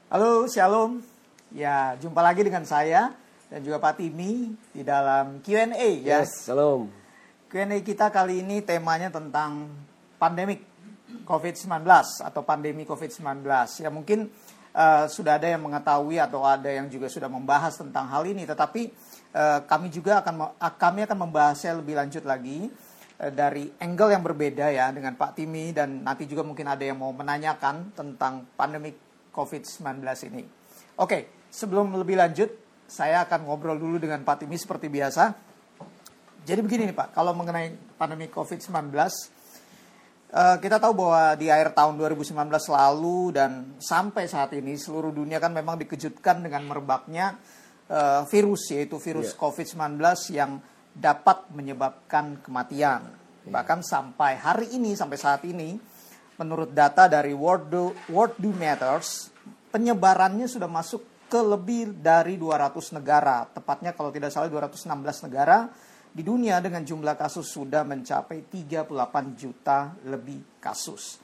Halo, Shalom. Ya, jumpa lagi dengan saya dan juga Pak Timi di dalam Q&A ya. Yes, Shalom. Q&A kita kali ini temanya tentang pandemik COVID-19 atau pandemi COVID-19. Ya, mungkin sudah ada yang mengetahui atau ada yang juga sudah membahas tentang hal ini, tetapi kami akan membahasnya lebih lanjut lagi dari angle yang berbeda ya dengan Pak Timi, dan nanti juga mungkin ada yang mau menanyakan tentang pandemik COVID-19 ini. Oke, sebelum lebih lanjut, saya akan ngobrol dulu dengan Pak Timi seperti biasa. Jadi begini nih Pak, kalau mengenai pandemi COVID-19, kita tahu bahwa di akhir tahun 2019 lalu dan sampai saat ini seluruh dunia kan memang dikejutkan dengan merebaknya virus, yaitu virus COVID-19 yang dapat menyebabkan kematian. Bahkan sampai hari ini, sampai saat ini, menurut data dari World Do Matters, penyebarannya sudah masuk ke lebih dari 200 negara. Tepatnya kalau tidak salah 216 negara di dunia, dengan jumlah kasus sudah mencapai 38 juta lebih kasus.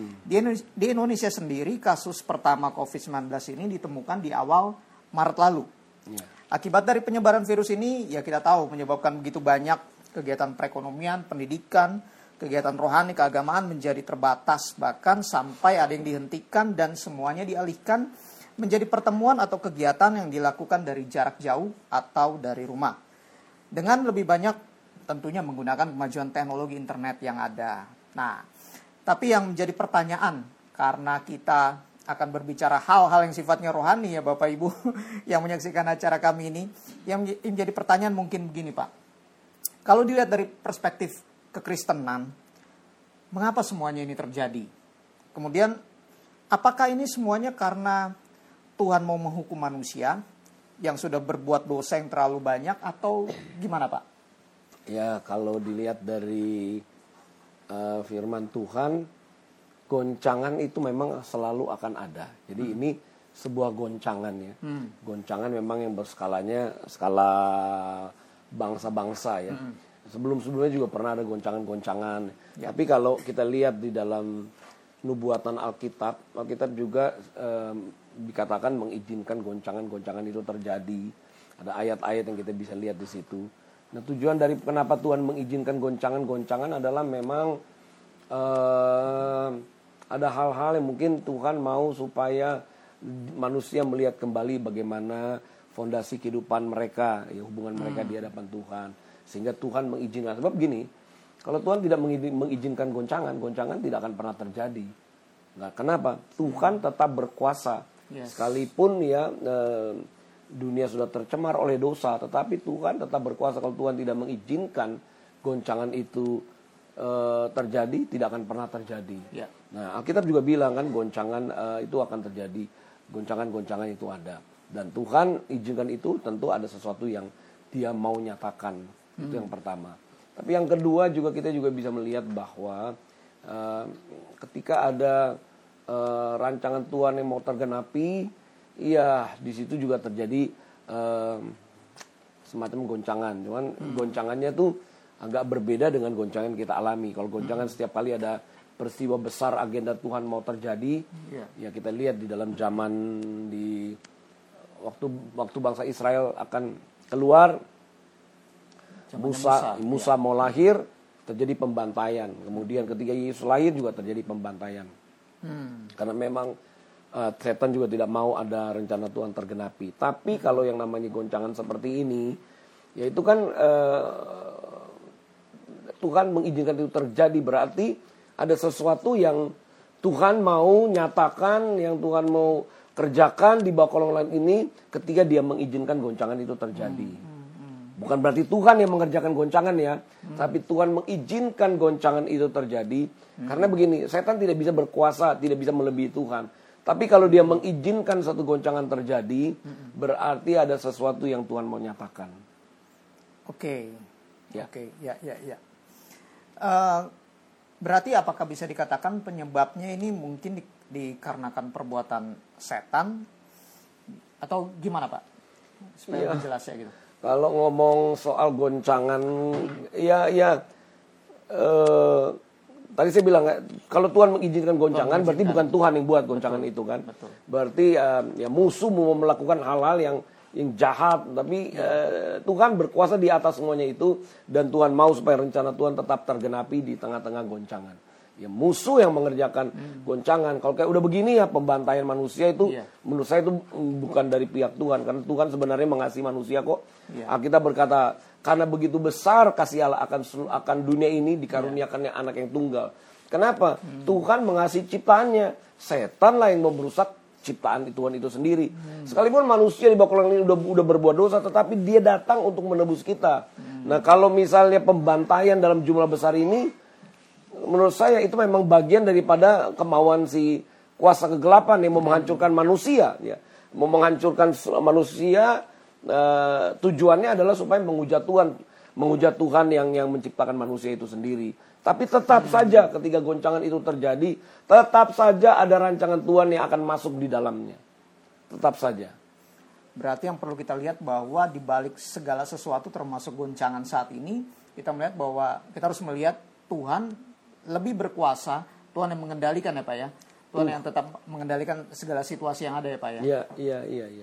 Di Indonesia sendiri, kasus pertama COVID-19 ini ditemukan di awal Maret lalu. Akibat dari penyebaran virus ini, ya kita tahu menyebabkan begitu banyak kegiatan perekonomian, pendidikan, kegiatan rohani, keagamaan menjadi terbatas. Bahkan sampai ada yang dihentikan dan semuanya dialihkan menjadi pertemuan atau kegiatan yang dilakukan dari jarak jauh atau dari rumah. Dengan lebih banyak tentunya menggunakan kemajuan teknologi internet yang ada. Nah, tapi yang menjadi pertanyaan, karena kita akan berbicara hal-hal yang sifatnya rohani ya Bapak Ibu yang menyaksikan acara kami ini, yang menjadi pertanyaan mungkin begini Pak. Kalau dilihat dari perspektif kekristenan, mengapa semuanya ini terjadi? Kemudian, apakah ini semuanya karena Tuhan mau menghukum manusia yang sudah berbuat dosa yang terlalu banyak, atau gimana Pak? Ya, kalau dilihat dari firman Tuhan, goncangan itu memang selalu akan ada. Jadi ini sebuah goncangan ya. Goncangan memang yang skala bangsa-bangsa ya. Sebelum-sebelumnya juga pernah ada goncangan-goncangan. Ya. Tapi kalau kita lihat di dalam nubuatan Alkitab juga dikatakan mengizinkan goncangan-goncangan itu terjadi. Ada ayat-ayat yang kita bisa lihat di situ. Nah, tujuan dari kenapa Tuhan mengizinkan goncangan-goncangan adalah memang ada hal-hal yang mungkin Tuhan mau supaya manusia melihat kembali bagaimana fondasi kehidupan mereka, ya, hubungan mereka di hadapan Tuhan. Sehingga Tuhan mengizinkan. Sebab gini, kalau Tuhan tidak mengizinkan goncangan tidak akan pernah terjadi. Nah, kenapa? Tuhan tetap berkuasa. Sekalipun ya dunia sudah tercemar oleh dosa, tetapi Tuhan tetap berkuasa. Kalau Tuhan tidak mengizinkan goncangan itu terjadi, tidak akan pernah terjadi. Nah, Alkitab juga bilang kan goncangan itu akan terjadi, goncangan-goncangan itu ada, dan Tuhan izinkan itu tentu ada sesuatu yang Dia mau nyatakan. Itu yang pertama. Tapi yang kedua juga kita juga bisa melihat bahwa ketika ada rancangan Tuhan yang mau tergenapi, ya di situ juga terjadi semacam goncangan. Cuman goncangannya tuh agak berbeda dengan goncangan kita alami. Kalau goncangan setiap kali ada peristiwa besar agenda Tuhan mau terjadi, ya kita lihat di dalam zaman di waktu bangsa Israel akan keluar, Musa mau lahir, terjadi pembantaian. Kemudian ketika Yesus lahir juga terjadi pembantaian. Karena memang setan juga tidak mau ada rencana Tuhan tergenapi. Tapi kalau yang namanya goncangan seperti ini, yaitu kan Tuhan mengizinkan itu terjadi, berarti ada sesuatu yang Tuhan mau nyatakan, yang Tuhan mau kerjakan di bawah kolong ini ketika Dia mengizinkan goncangan itu terjadi. Bukan berarti Tuhan yang mengerjakan goncangan ya, tapi Tuhan mengizinkan goncangan itu terjadi. Karena begini, setan tidak bisa berkuasa, tidak bisa melebihi Tuhan. Tapi kalau Dia mengizinkan satu goncangan terjadi, berarti ada sesuatu yang Tuhan mau nyatakan. Oke. Berarti apakah bisa dikatakan penyebabnya ini mungkin dikarenakan perbuatan setan, atau gimana Pak? Supaya lebih jelas ya gitu. Kalau ngomong soal goncangan, tadi saya bilang kalau Tuhan mengizinkan goncangan berarti bukan Tuhan yang buat goncangan itu kan. Betul. Berarti ya musuh mau melakukan hal-hal yang jahat, tapi Tuhan berkuasa di atas semuanya itu, dan Tuhan mau supaya rencana Tuhan tetap tergenapi di tengah-tengah goncangan. Ya musuh yang mengerjakan goncangan. Kalau kayak udah begini ya pembantaian manusia itu menurut saya itu bukan dari pihak Tuhan, karena Tuhan sebenarnya mengasihi manusia kok. Alkitab berkata karena begitu besar kasih Allah akan dunia ini dikaruniakannya anak yang tunggal. Kenapa? Tuhan mengasihi ciptaannya. Setan lah yang mau merusak ciptaan Tuhan itu sendiri. Sekalipun manusia di bawah kolong ini udah berbuat dosa, tetapi dia datang untuk menebus kita. Nah kalau misalnya pembantaian dalam jumlah besar ini, menurut saya itu memang bagian daripada kemauan si kuasa kegelapan yang mau menghancurkan manusia, ya. Mau menghancurkan manusia, tujuannya adalah supaya menghujat Tuhan yang menciptakan manusia itu sendiri. Tapi tetap saja ketika goncangan itu terjadi, tetap saja ada rancangan Tuhan yang akan masuk di dalamnya. Tetap saja. Berarti yang perlu kita lihat bahwa di balik segala sesuatu termasuk goncangan saat ini, kita melihat bahwa kita harus melihat Tuhan lebih berkuasa, Tuhan yang mengendalikan ya Pak ya. Tuhan yang tetap mengendalikan segala situasi yang ada ya Pak ya. Iya.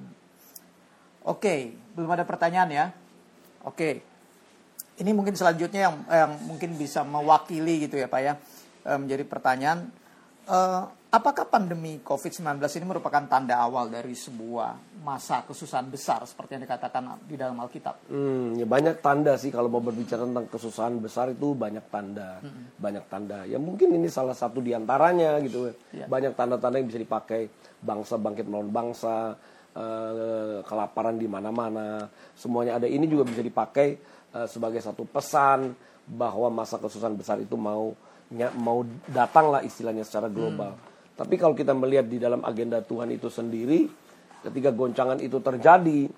Oke, belum ada pertanyaan ya. Oke. Ini mungkin selanjutnya yang mungkin bisa mewakili gitu ya Pak ya. Menjadi pertanyaan, apakah pandemi COVID-19 ini merupakan tanda awal dari sebuah masa kesusahan besar seperti yang dikatakan di dalam Alkitab? Ya banyak tanda sih kalau mau berbicara tentang kesusahan besar itu banyak tanda. Banyak tanda. Ya mungkin ini salah satu di antaranya gitu. Banyak tanda-tanda yang bisa dipakai. Bangsa bangkit melawan bangsa, kelaparan di mana-mana. Semuanya ada. Ini juga bisa dipakai sebagai satu pesan bahwa masa kesusahan besar itu mau datanglah istilahnya secara global. Tapi kalau kita melihat di dalam agenda Tuhan itu sendiri, ketika goncangan itu terjadi,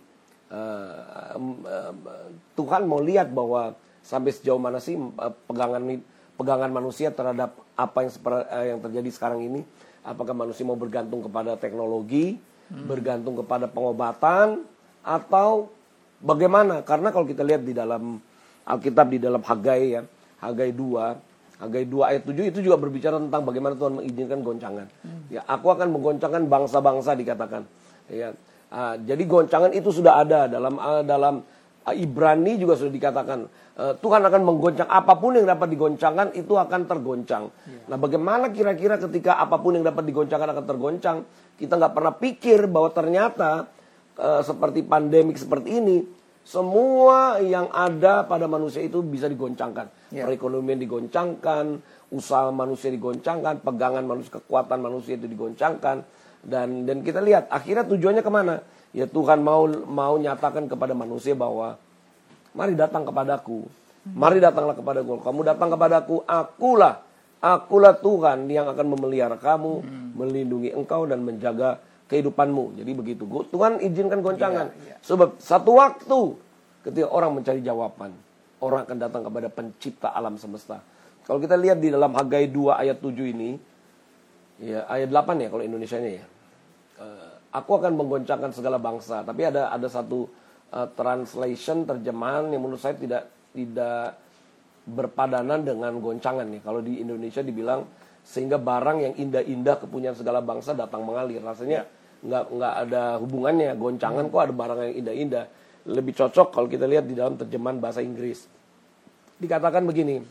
Tuhan mau lihat bahwa sampai sejauh mana sih pegangan manusia terhadap apa yang terjadi sekarang ini. Apakah manusia mau bergantung kepada teknologi, bergantung kepada pengobatan, atau bagaimana? Karena kalau kita lihat di dalam Alkitab, di dalam Hagai ya, Hagai 2 ayat 7 itu juga berbicara tentang bagaimana Tuhan mengizinkan goncangan. Ya, aku akan menggoncangkan bangsa-bangsa dikatakan. Ya, jadi goncangan itu sudah ada dalam Ibrani juga sudah dikatakan. Tuhan akan menggoncang apapun yang dapat digoncangkan itu akan tergoncang. Nah, bagaimana kira-kira ketika apapun yang dapat digoncangkan akan tergoncang? Kita nggak pernah pikir bahwa ternyata seperti pandemik seperti ini, semua yang ada pada manusia itu bisa digoncangkan. Perekonomian digoncangkan, usaha manusia digoncangkan, pegangan manusia, kekuatan manusia itu digoncangkan. Dan kita lihat akhirnya tujuannya kemana? Ya Tuhan mau nyatakan kepada manusia bahwa mari datang kepadaku, mari datanglah kepadaku. Kamu datang kepadaku, akulah Tuhan yang akan memelihara kamu, melindungi engkau dan menjaga kehidupanmu. Jadi begitu. Tuhan izinkan goncangan. Sebab satu waktu ketika orang mencari jawaban, orang akan datang kepada pencipta alam semesta. Kalau kita lihat di dalam Hagai 2 ayat 7 ini, ya ayat 8 ya kalau Indonesianya ya. Aku akan menggoncangkan segala bangsa. Tapi ada satu translation, terjemahan yang menurut saya tidak berpadanan dengan goncangan nih. Kalau di Indonesia dibilang sehingga barang yang indah-indah kepunyaan segala bangsa datang mengalir. Rasanya nggak ada hubungannya. Goncangan kok ada barang yang indah-indah. Lebih cocok kalau kita lihat di dalam terjemahan bahasa Inggris. Dikatakan begini,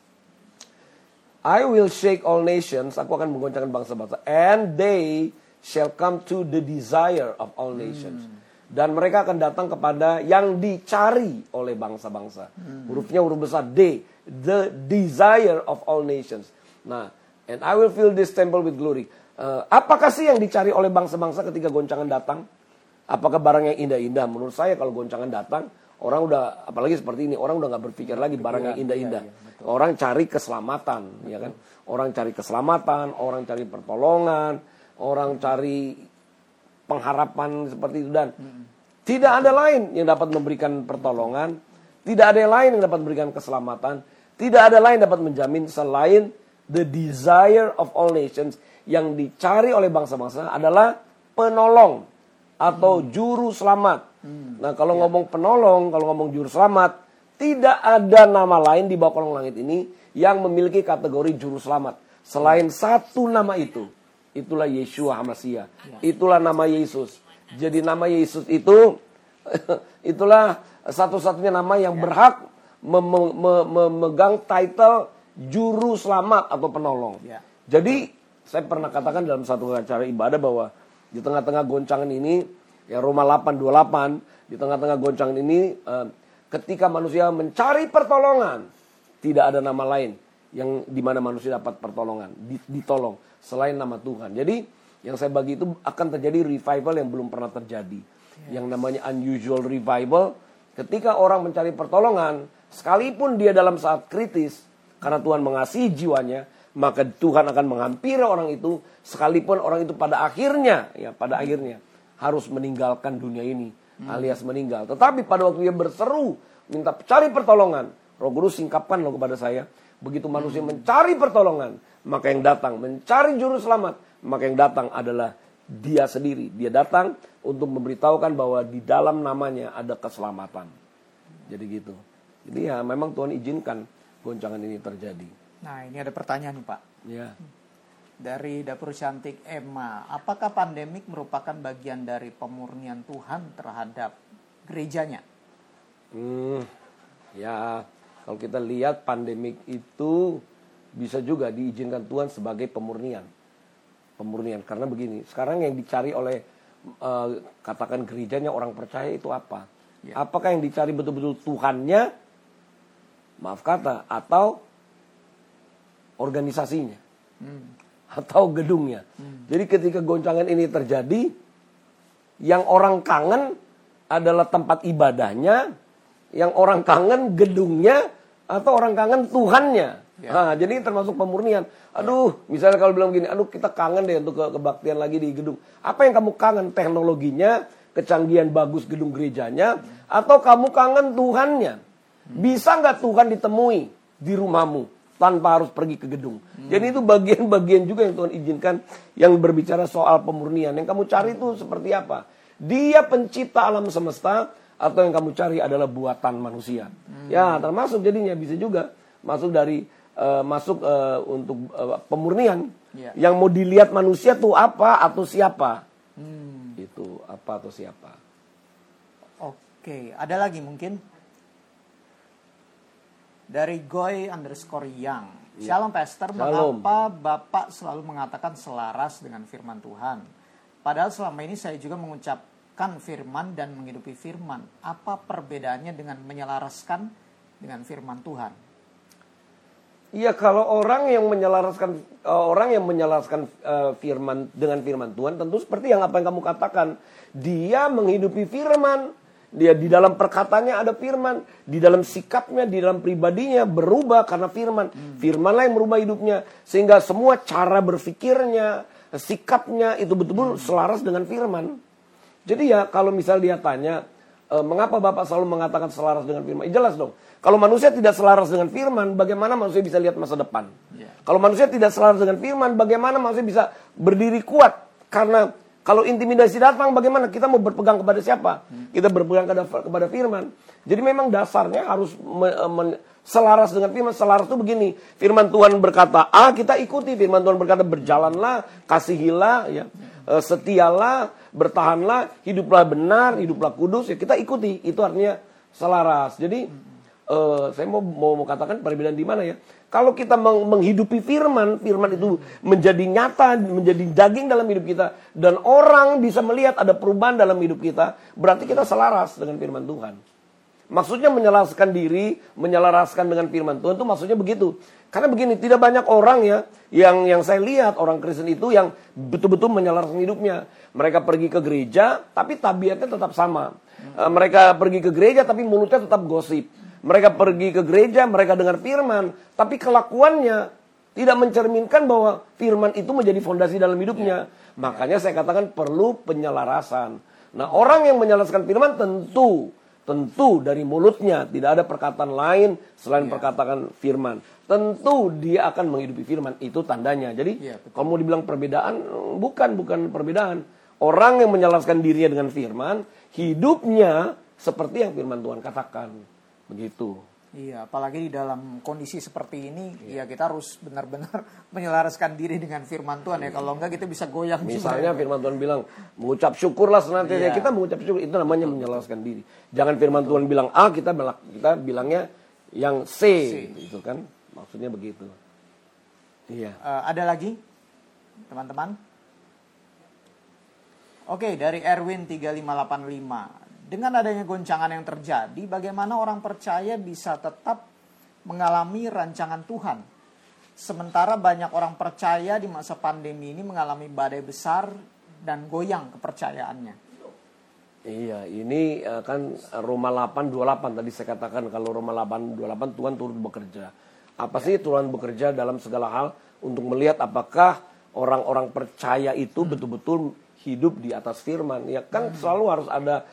I will shake all nations, aku akan menggoncangkan bangsa-bangsa, and they shall come to the desire of all nations. Dan mereka akan datang kepada yang dicari oleh bangsa-bangsa. Hurufnya huruf besar D, the desire of all nations. Nah, and I will fill this temple with glory. Apakah sih yang dicari oleh bangsa-bangsa ketika goncangan datang? Apakah barang yang indah-indah? Menurut saya kalau goncangan datang, orang udah, apalagi seperti ini, orang udah nggak berpikir lagi barang yang indah-indah. Orang cari keselamatan, ya kan? Orang cari keselamatan, orang cari pertolongan, orang cari pengharapan seperti itu, dan tidak ada lain yang dapat memberikan pertolongan, tidak ada yang lain yang dapat memberikan keselamatan, tidak ada lain yang dapat menjamin selain the desire of all nations. Yang dicari oleh bangsa-bangsa adalah penolong atau juru selamat. Nah, kalau ngomong penolong, kalau ngomong juru selamat, tidak ada nama lain di bawah kolong langit ini yang memiliki kategori juru selamat. Selain satu nama itu, itulah Yeshua HaMashiach. Itulah nama Yesus. Jadi nama Yesus itu, itulah satu-satunya nama yang berhak memegang title juru selamat atau penolong. Jadi saya pernah katakan dalam satu acara ibadah bahwa di tengah-tengah goncangan ini, ya Roma 8:28, di tengah-tengah goncangan ini, ketika manusia mencari pertolongan, tidak ada nama lain yang dimana manusia dapat pertolongan, ditolong selain nama Tuhan. Jadi yang saya bagi itu akan terjadi revival yang belum pernah terjadi. Yang namanya unusual revival, ketika orang mencari pertolongan, sekalipun dia dalam saat kritis, karena Tuhan mengasihi jiwanya, maka Tuhan akan menghampiri orang itu, sekalipun orang itu pada akhirnya harus meninggalkan dunia ini, alias meninggal. Tetapi pada waktu dia berseru, minta cari pertolongan, Roh Kudus singkapkan loh kepada saya, begitu manusia mencari pertolongan, maka yang datang mencari juru selamat, maka yang datang adalah dia sendiri. Dia datang untuk memberitahukan bahwa di dalam namanya ada keselamatan. Jadi gitu. Jadi ya memang Tuhan izinkan goncangan ini terjadi. Nah, ini ada pertanyaan nih Pak. Ya. Dari Dapur Cantik Emma, apakah pandemik merupakan bagian dari pemurnian Tuhan terhadap gerejanya? Ya, kalau kita lihat pandemik itu bisa juga diizinkan Tuhan sebagai pemurnian. Karena begini, sekarang yang dicari oleh katakan gerejanya orang percaya itu apa? Apakah yang dicari betul-betul Tuhannya, maaf kata, atau organisasinya, atau gedungnya? Jadi ketika goncangan ini terjadi, yang orang kangen adalah tempat ibadahnya, yang orang kangen gedungnya, atau orang kangen Tuhannya. Nah, jadi termasuk pemurnian. Aduh, misalnya kalau bilang begini, aduh kita kangen deh untuk kebaktian lagi di gedung. Apa yang kamu kangen? Teknologinya, kecanggihan bagus gedung gerejanya, atau kamu kangen Tuhannya? Bisa nggak Tuhan ditemui di rumahmu tanpa harus pergi ke gedung? Jadi itu bagian-bagian juga yang Tuhan izinkan yang berbicara soal pemurnian. Yang kamu cari itu seperti apa? Dia pencipta alam semesta, atau yang kamu cari adalah buatan manusia? Ya, termasuk jadinya bisa juga masuk dari untuk pemurnian. Yang mau dilihat manusia tuh apa atau siapa? Itu apa atau siapa? Oke, ada lagi mungkin dari Goy_Young. Shalom Pastor, mengapa Bapak selalu mengatakan selaras dengan firman Tuhan? Padahal selama ini saya juga mengucapkan firman dan menghidupi firman. Apa perbedaannya dengan menyelaraskan dengan firman Tuhan? Iya, kalau orang yang menyelaraskan firman dengan firman Tuhan, tentu seperti apa yang kamu katakan, dia menghidupi firman, dia di dalam perkataannya ada firman, di dalam sikapnya, di dalam pribadinya berubah karena firman. Firmanlah yang merubah hidupnya, sehingga semua cara berpikirnya, sikapnya itu betul-betul selaras dengan firman. Jadi ya kalau misal dia tanya, mengapa Bapak selalu mengatakan selaras dengan firman? Jelas dong. Kalau manusia tidak selaras dengan firman, bagaimana manusia bisa lihat masa depan? Kalau manusia tidak selaras dengan firman, bagaimana manusia bisa berdiri kuat? Karena kalau intimidasi datang, bagaimana kita mau berpegang kepada siapa? Kita berpegang kepada firman. Jadi memang dasarnya harus selaras dengan firman. Selaras itu begini, firman Tuhan berkata A, kita ikuti. Firman Tuhan berkata berjalanlah, kasihilah, ya, setialah, bertahanlah, hiduplah benar, hiduplah kudus, ya kita ikuti. Itu artinya selaras. Jadi saya mau katakan perbedaan di mana ya? Kalau kita menghidupi firman itu menjadi nyata, menjadi daging dalam hidup kita, dan orang bisa melihat ada perubahan dalam hidup kita, berarti kita selaras dengan firman Tuhan. Maksudnya menyelaraskan diri, menyelaraskan dengan firman Tuhan itu maksudnya begitu. Karena begini, tidak banyak orang ya yang saya lihat orang Kristen itu yang betul-betul menyelaraskan hidupnya. Mereka pergi ke gereja, tapi tabiatnya tetap sama. Mereka pergi ke gereja, tapi mulutnya tetap gosip. Mereka pergi ke gereja, mereka dengar firman, tapi kelakuannya tidak mencerminkan bahwa firman itu menjadi fondasi dalam hidupnya. Makanya saya katakan perlu penyelarasan. Nah, orang yang menyelaraskan firman tentu dari mulutnya tidak ada perkataan lain selain perkataan firman. Tentu dia akan menghidupi firman, itu tandanya. Jadi kalau mau dibilang perbedaan, bukan perbedaan. Orang yang menyelaraskan dirinya dengan firman, hidupnya seperti yang firman Tuhan katakan. Begitu. Iya, apalagi di dalam kondisi seperti ini, ya kita harus benar-benar menyelaraskan diri dengan firman Tuhan ya. Kalau enggak kita bisa goyang Misalnya juga. firman Tuhan bilang, mengucap syukurlah senantiasa. Iya. Kita mengucap syukur, itu namanya menyelaraskan diri. Jangan firman Tuhan bilang A, kita bilangnya yang C. Itu kan, maksudnya begitu. Iya. Ada lagi, teman-teman? Oke, dari Erwin 3585. Dengan adanya goncangan yang terjadi, bagaimana orang percaya bisa tetap mengalami rancangan Tuhan? Sementara banyak orang percaya di masa pandemi ini mengalami badai besar dan goyang kepercayaannya. Iya, ini kan Roma 8:28 tadi saya katakan, kalau Roma 8:28 Tuhan turut bekerja. Apa sih Tuhan bekerja dalam segala hal untuk melihat apakah orang-orang percaya itu betul-betul hidup di atas firman. Ya kan selalu harus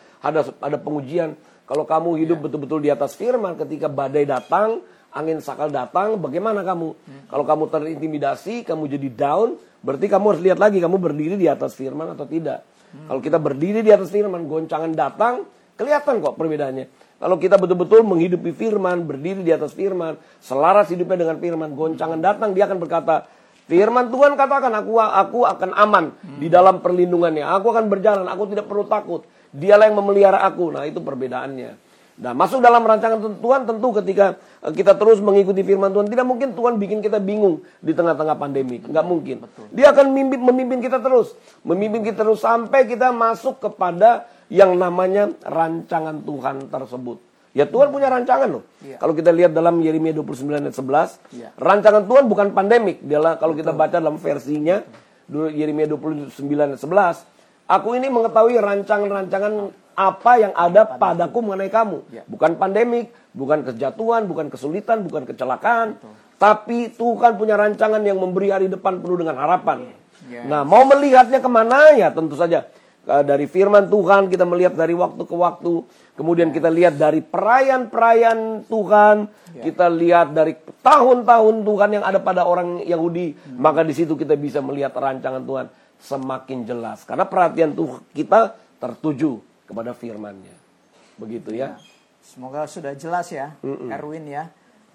ada pengujian. Kalau kamu hidup betul-betul di atas firman, ketika badai datang, angin sakal datang, bagaimana kamu? Kalau kamu terintimidasi, kamu jadi down, berarti kamu harus lihat lagi kamu berdiri di atas firman atau tidak. Kalau kita berdiri di atas firman, goncangan datang, kelihatan kok perbedaannya. Kalau kita betul-betul menghidupi firman, berdiri di atas firman, selaras hidupnya dengan firman, goncangan datang, dia akan berkata, firman Tuhan katakan, aku akan aman di dalam perlindungannya. Aku akan berjalan, aku tidak perlu takut. Dialah yang memelihara aku. Nah, itu perbedaannya. Nah, masuk dalam rancangan Tuhan tentu ketika kita terus mengikuti firman Tuhan. Tidak mungkin Tuhan bikin kita bingung di tengah-tengah pandemi. Nggak mungkin. Dia akan memimpin kita terus. Memimpin kita terus sampai kita masuk kepada yang namanya rancangan Tuhan tersebut. Ya Tuhan punya rancangan loh. Kalau kita lihat dalam Yeremia 29 ayat 11, rancangan Tuhan bukan pandemik. Kalau kita baca dalam versinya Yeremia 29 ayat 11, aku ini mengetahui rancangan-rancangan apa yang ada padaku mengenai kamu. Bukan pandemik, bukan kejatuhan, bukan kesulitan, bukan kecelakaan. Tapi Tuhan punya rancangan yang memberi hari depan penuh dengan harapan. Nah, mau melihatnya kemana? Ya tentu saja dari firman Tuhan kita melihat dari waktu ke waktu. Kemudian kita lihat dari perayaan-perayaan Tuhan. Kita lihat dari tahun-tahun Tuhan yang ada pada orang Yahudi. Maka di situ kita bisa melihat rancangan Tuhan semakin jelas. Karena perhatian Tuhan kita tertuju kepada firman-Nya. Begitu ya. Semoga sudah jelas ya, Erwin ya.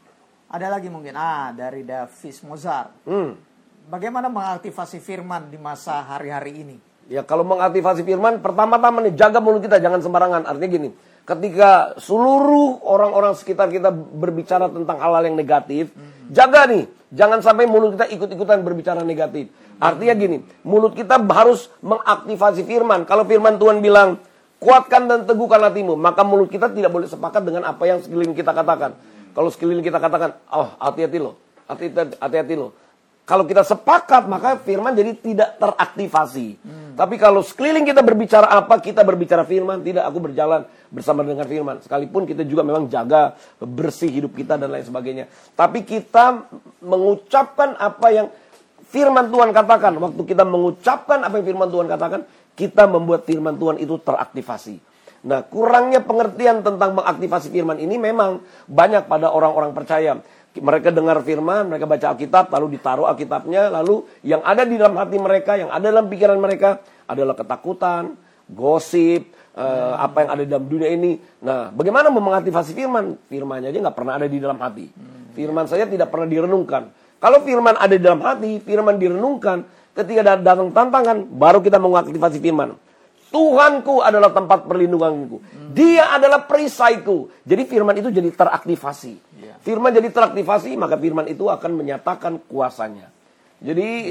Ada lagi mungkin, dari Davis Mozart. Bagaimana mengaktifasi firman di masa hari-hari ini? Ya kalau mengaktifasi firman, pertama-tama nih, jaga mulut kita, jangan sembarangan. Artinya gini, ketika seluruh orang-orang sekitar kita berbicara tentang hal-hal yang negatif, jaga nih, jangan sampai mulut kita ikut-ikutan berbicara negatif. Artinya gini, mulut kita harus mengaktifasi firman. Kalau firman Tuhan bilang, kuatkan dan teguhkan hatimu, maka mulut kita tidak boleh sepakat dengan apa yang sekeliling kita katakan. Kalau sekeliling kita katakan, oh hati-hati loh, hati-hati loh. Kalau kita sepakat, maka firman jadi tidak teraktivasi. Tapi kalau sekeliling kita berbicara apa, kita berbicara firman, tidak, aku berjalan bersama dengan firman. Sekalipun kita juga memang jaga bersih hidup kita dan lain sebagainya. Tapi kita mengucapkan apa yang firman Tuhan katakan. Waktu kita mengucapkan apa yang firman Tuhan katakan, kita membuat firman Tuhan itu teraktivasi. Nah, kurangnya pengertian tentang mengaktifasi firman ini memang banyak pada orang-orang percaya. Mereka dengar firman, mereka baca Alkitab, lalu ditaruh Alkitabnya, lalu yang ada di dalam hati mereka, yang ada dalam pikiran mereka adalah ketakutan, gosip, apa yang ada di dalam dunia ini. Nah, bagaimana mengaktifasi firman? Firmannya aja nggak pernah ada di dalam hati. Firman saja tidak pernah direnungkan. Kalau firman ada di dalam hati, firman direnungkan, ketika datang tantangan, baru kita mengaktifasi firman. Tuhanku adalah tempat perlindunganku. Dia adalah perisaiku. Jadi firman itu jadi teraktivasi. Firman jadi teraktivasi, maka firman itu akan menyatakan kuasanya. Jadi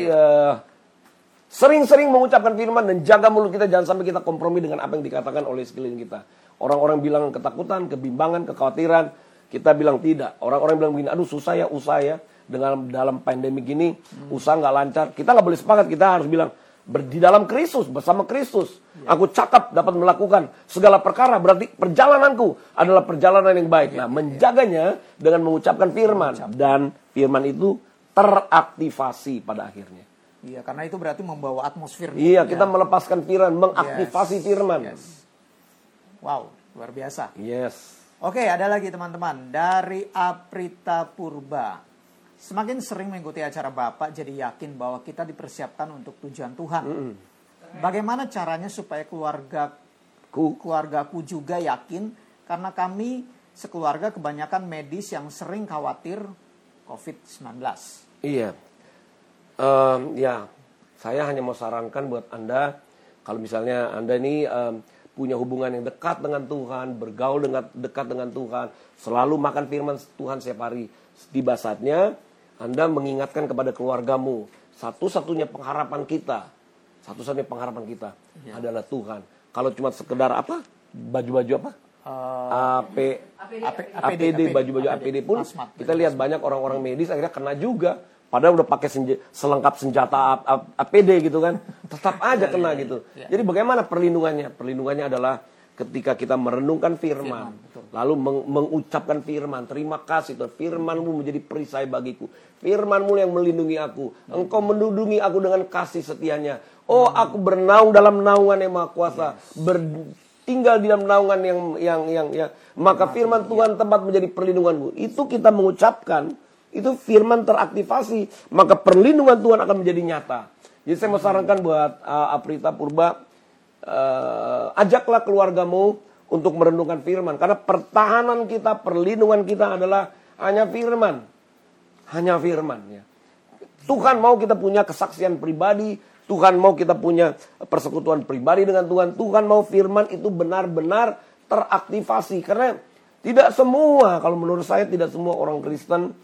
sering-sering mengucapkan firman dan jaga mulut kita, jangan sampai kita kompromi dengan apa yang dikatakan oleh sekeliling kita. Orang-orang bilang ketakutan, kebimbangan, kekhawatiran, kita bilang tidak. Orang-orang bilang begini, aduh susah ya usaha ya. Dalam pandemi gini, usaha nggak lancar. Kita nggak boleh sepakat, kita harus bilang, di dalam Kristus, bersama Kristus, aku cakap dapat melakukan segala perkara. Berarti perjalananku adalah perjalanan yang baik. Nah, menjaganya dengan mengucapkan firman. Dan firman itu teraktivasi pada akhirnya. Iya, karena itu berarti membawa atmosfer. Iya, kita melepaskan firman, mengaktifasi firman. Wow, luar biasa. Yes. Oke, ada lagi teman-teman. Dari Aprita Purba. Semakin sering mengikuti acara Bapak, jadi yakin bahwa kita dipersiapkan untuk tujuan Tuhan. Bagaimana caranya supaya keluargaku juga yakin, karena kami sekeluarga kebanyakan medis yang sering khawatir COVID-19. Iya. Ya, saya hanya mau sarankan buat Anda, kalau misalnya Anda ini punya hubungan yang dekat dengan Tuhan, bergaul dekat dengan Tuhan, selalu makan firman Tuhan setiap hari, tiba saatnya Anda mengingatkan kepada keluargamu, satu-satunya pengharapan kita adalah Tuhan. Kalau cuma sekedar apa? Baju-baju apa? APD, baju-baju APD pun kita lihat banyak orang-orang medis akhirnya kena juga. Padahal udah pakai selengkap senjata APD gitu kan, tetap aja kena gitu. Jadi bagaimana perlindungannya? Perlindungannya adalah ketika kita merenungkan firman, lalu mengucapkan firman, terima kasih Tuhan, firman-Mu menjadi perisai bagiku, firman-Mu yang melindungi aku, Engkau menudungi aku dengan kasih setianya. Oh, aku bernaung dalam naungan yang Maha Kuasa, tinggal di dalam naungan yang maka firman Tuhan tempat menjadi perlindunganmu. Itu kita mengucapkan, itu firman teraktivasi, maka perlindungan Tuhan akan menjadi nyata. Jadi saya mau sarankan buat Aprita Purba, ajaklah keluargamu untuk merenungkan firman, karena pertahanan kita, perlindungan kita adalah hanya firman. Hanya firman ya. Tuhan mau kita punya kesaksian pribadi, Tuhan mau kita punya persekutuan pribadi dengan Tuhan. Tuhan mau firman itu benar-benar teraktivasi. Karena tidak semua, kalau menurut saya tidak semua orang Kristen,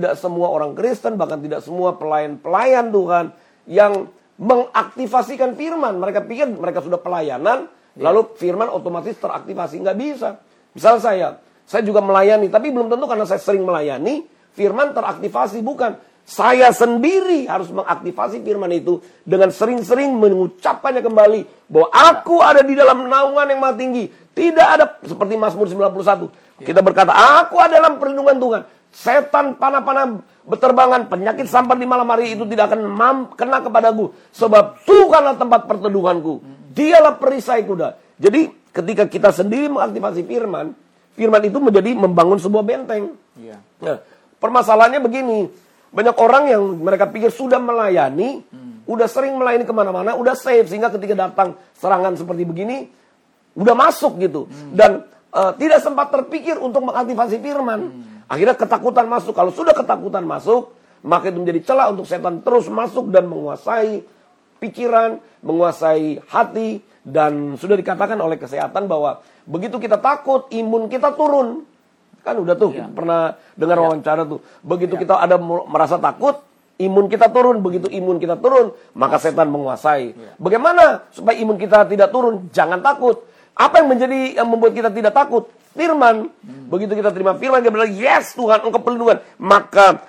bahkan tidak semua pelayan-pelayan Tuhan yang mengaktifasikan firman. Mereka pikir mereka sudah pelayanan, lalu firman otomatis teraktivasi. Nggak bisa. Misal saya juga melayani, tapi belum tentu karena saya sering melayani, firman teraktivasi. Bukan. Saya sendiri harus mengaktifasi firman itu dengan sering-sering mengucapkannya kembali. Bahwa aku ada di dalam naungan yang maha tinggi. Tidak ada, seperti Mazmur 91. Kita berkata, aku ada dalam perlindungan Tuhan. Setan panah-panah berterbangan, penyakit sampai di malam hari itu tidak akan kena kepadaku. Sebab Tuhanlah tempat perteduhanku. Dialah perisai kuda. Jadi ketika kita sendiri mengaktifasi firman, firman itu menjadi membangun sebuah benteng. Nah, permasalahannya begini. Banyak orang yang mereka pikir sudah melayani, udah sering melayani kemana-mana, udah safe, sehingga ketika datang serangan seperti begini, udah masuk gitu. Dan tidak sempat terpikir untuk mengaktifasi firman. Akhirnya ketakutan masuk. Kalau sudah ketakutan masuk, maka itu menjadi celah untuk setan terus masuk dan menguasai pikiran, menguasai hati. Dan sudah dikatakan oleh kesehatan bahwa begitu kita takut, imun kita turun. Kan udah tuh, pernah dengar wawancara tuh. Begitu kita ada merasa takut, imun kita turun. Begitu imun kita turun, maka setan menguasai. Bagaimana supaya imun kita tidak turun? Jangan takut. Apa yang membuat kita tidak takut? Firman. Begitu kita terima firman, kita bilang, yes Tuhan, Engkau perlindungan. Maka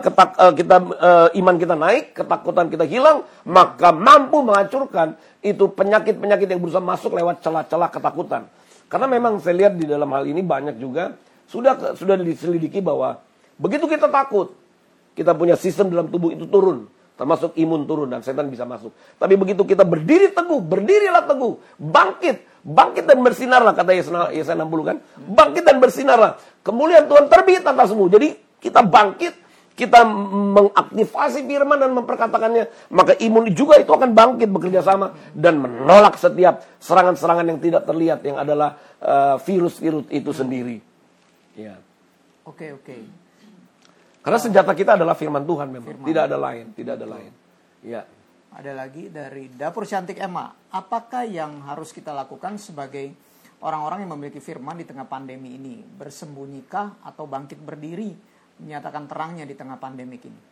iman kita naik, ketakutan kita hilang, maka mampu menghancurkan itu penyakit-penyakit yang berusaha masuk lewat celah-celah ketakutan. Karena memang saya lihat di dalam hal ini banyak juga sudah diselidiki bahwa begitu kita takut, kita punya sistem dalam tubuh itu turun, termasuk imun turun dan setan bisa masuk. Tapi begitu kita berdiri teguh, berdirilah teguh, bangkit dan bersinarlah, kata Yesaya 60 kan, bangkit dan bersinarlah, kemuliaan Tuhan terbit atasmu. Jadi kita bangkit, kita mengaktifasi firman dan memperkatakannya, maka imun juga itu akan bangkit bekerja sama dan menolak setiap serangan-serangan yang tidak terlihat, yang adalah virus-virus itu sendiri. Ya. Oke. Karena senjata kita adalah firman Tuhan memang. Tidak ada lain. Ya. Ada lagi dari Dapur Cantik Emma. Apakah yang harus kita lakukan sebagai orang-orang yang memiliki firman di tengah pandemi ini? Bersembunyiikah atau bangkit berdiri menyatakan terangnya di tengah pandemi ini?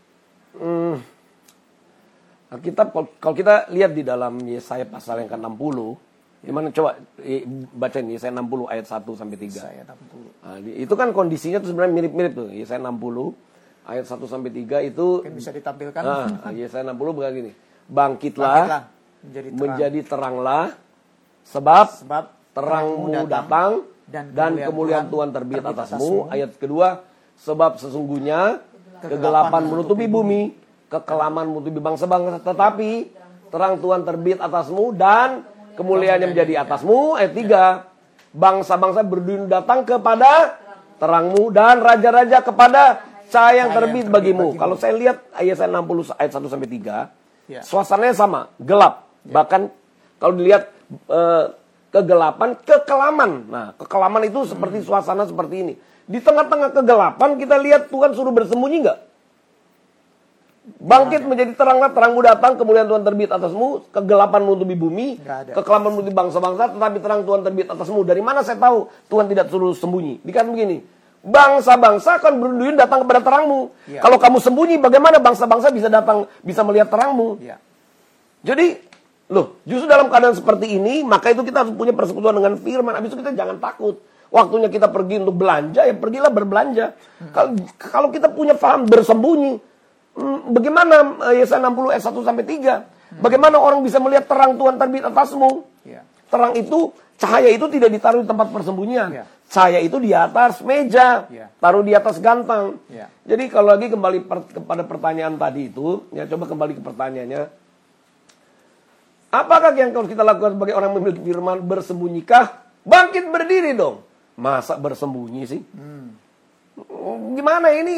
Kalau kita lihat di dalam Yesaya pasal yang ke-60, gimana coba bacain Yesaya 60 ayat 1 sampai 3. Yesaya 60. Nah, itu kan kondisinya tuh sebenarnya mirip-mirip tuh. Yesaya 60 ayat 1 sampai 3 itu mungkin bisa ditampilkan. Yesaya 60 begini. Bangkitlah menjadi teranglah sebab terangmu datang dan kemuliaan Tuhan terbit atasmu. Ayat kedua, sebab sesungguhnya kegelapan menutupi bumi, kekelaman menutupi bangsa-bangsa, tetapi terang Tuhan terbit atasmu dan kemuliaannya menjadi atasmu. Ayat 3, bangsa-bangsa berduyun datang kepada terangmu dan raja-raja kepada cahaya yang terbit bagimu. Kalau saya lihat Yesaya 60 ayat 1 sampai 3, suasananya sama, gelap. Bahkan kalau dilihat kegelapan, kekelaman. Nah, kekelaman itu seperti suasana seperti ini. Di tengah-tengah kegelapan kita lihat Tuhan suruh bersembunyi nggak? Bangkit menjadi teranglah, terangmu datang, kemuliaan Tuhan terbit atasmu, kegelapan menutupi bumi, kekelaman menutupi bangsa-bangsa, tetapi terang Tuhan terbit atasmu. Dari mana saya tahu Tuhan tidak suruh sembunyi? Dikatakan begini, bangsa-bangsa akan berduyun datang kepada terangmu. Kalau kamu sembunyi, bagaimana bangsa-bangsa bisa datang, bisa melihat terangmu? Jadi, justru dalam keadaan seperti ini, maka itu kita harus punya persekutuan dengan firman. Habis itu kita jangan takut. Waktunya kita pergi untuk belanja, ya pergilah berbelanja. Kalau kita punya paham bersembunyi, bagaimana Yesaya 60 ayat 1 sampai 3? Bagaimana orang bisa melihat terang Tuhan terbit atasmu? Terang itu, cahaya itu tidak ditaruh di tempat persembunyian. Cahaya itu di atas meja, taruh di atas gantang. Jadi kalau lagi kembali kepada pertanyaan tadi itu, ya coba kembali ke pertanyaannya. Apakah yang harus kita lakukan sebagai orang memiliki firman? Bersembunyikah? Bangkit berdiri dong. Masa bersembunyi sih? Gimana ini?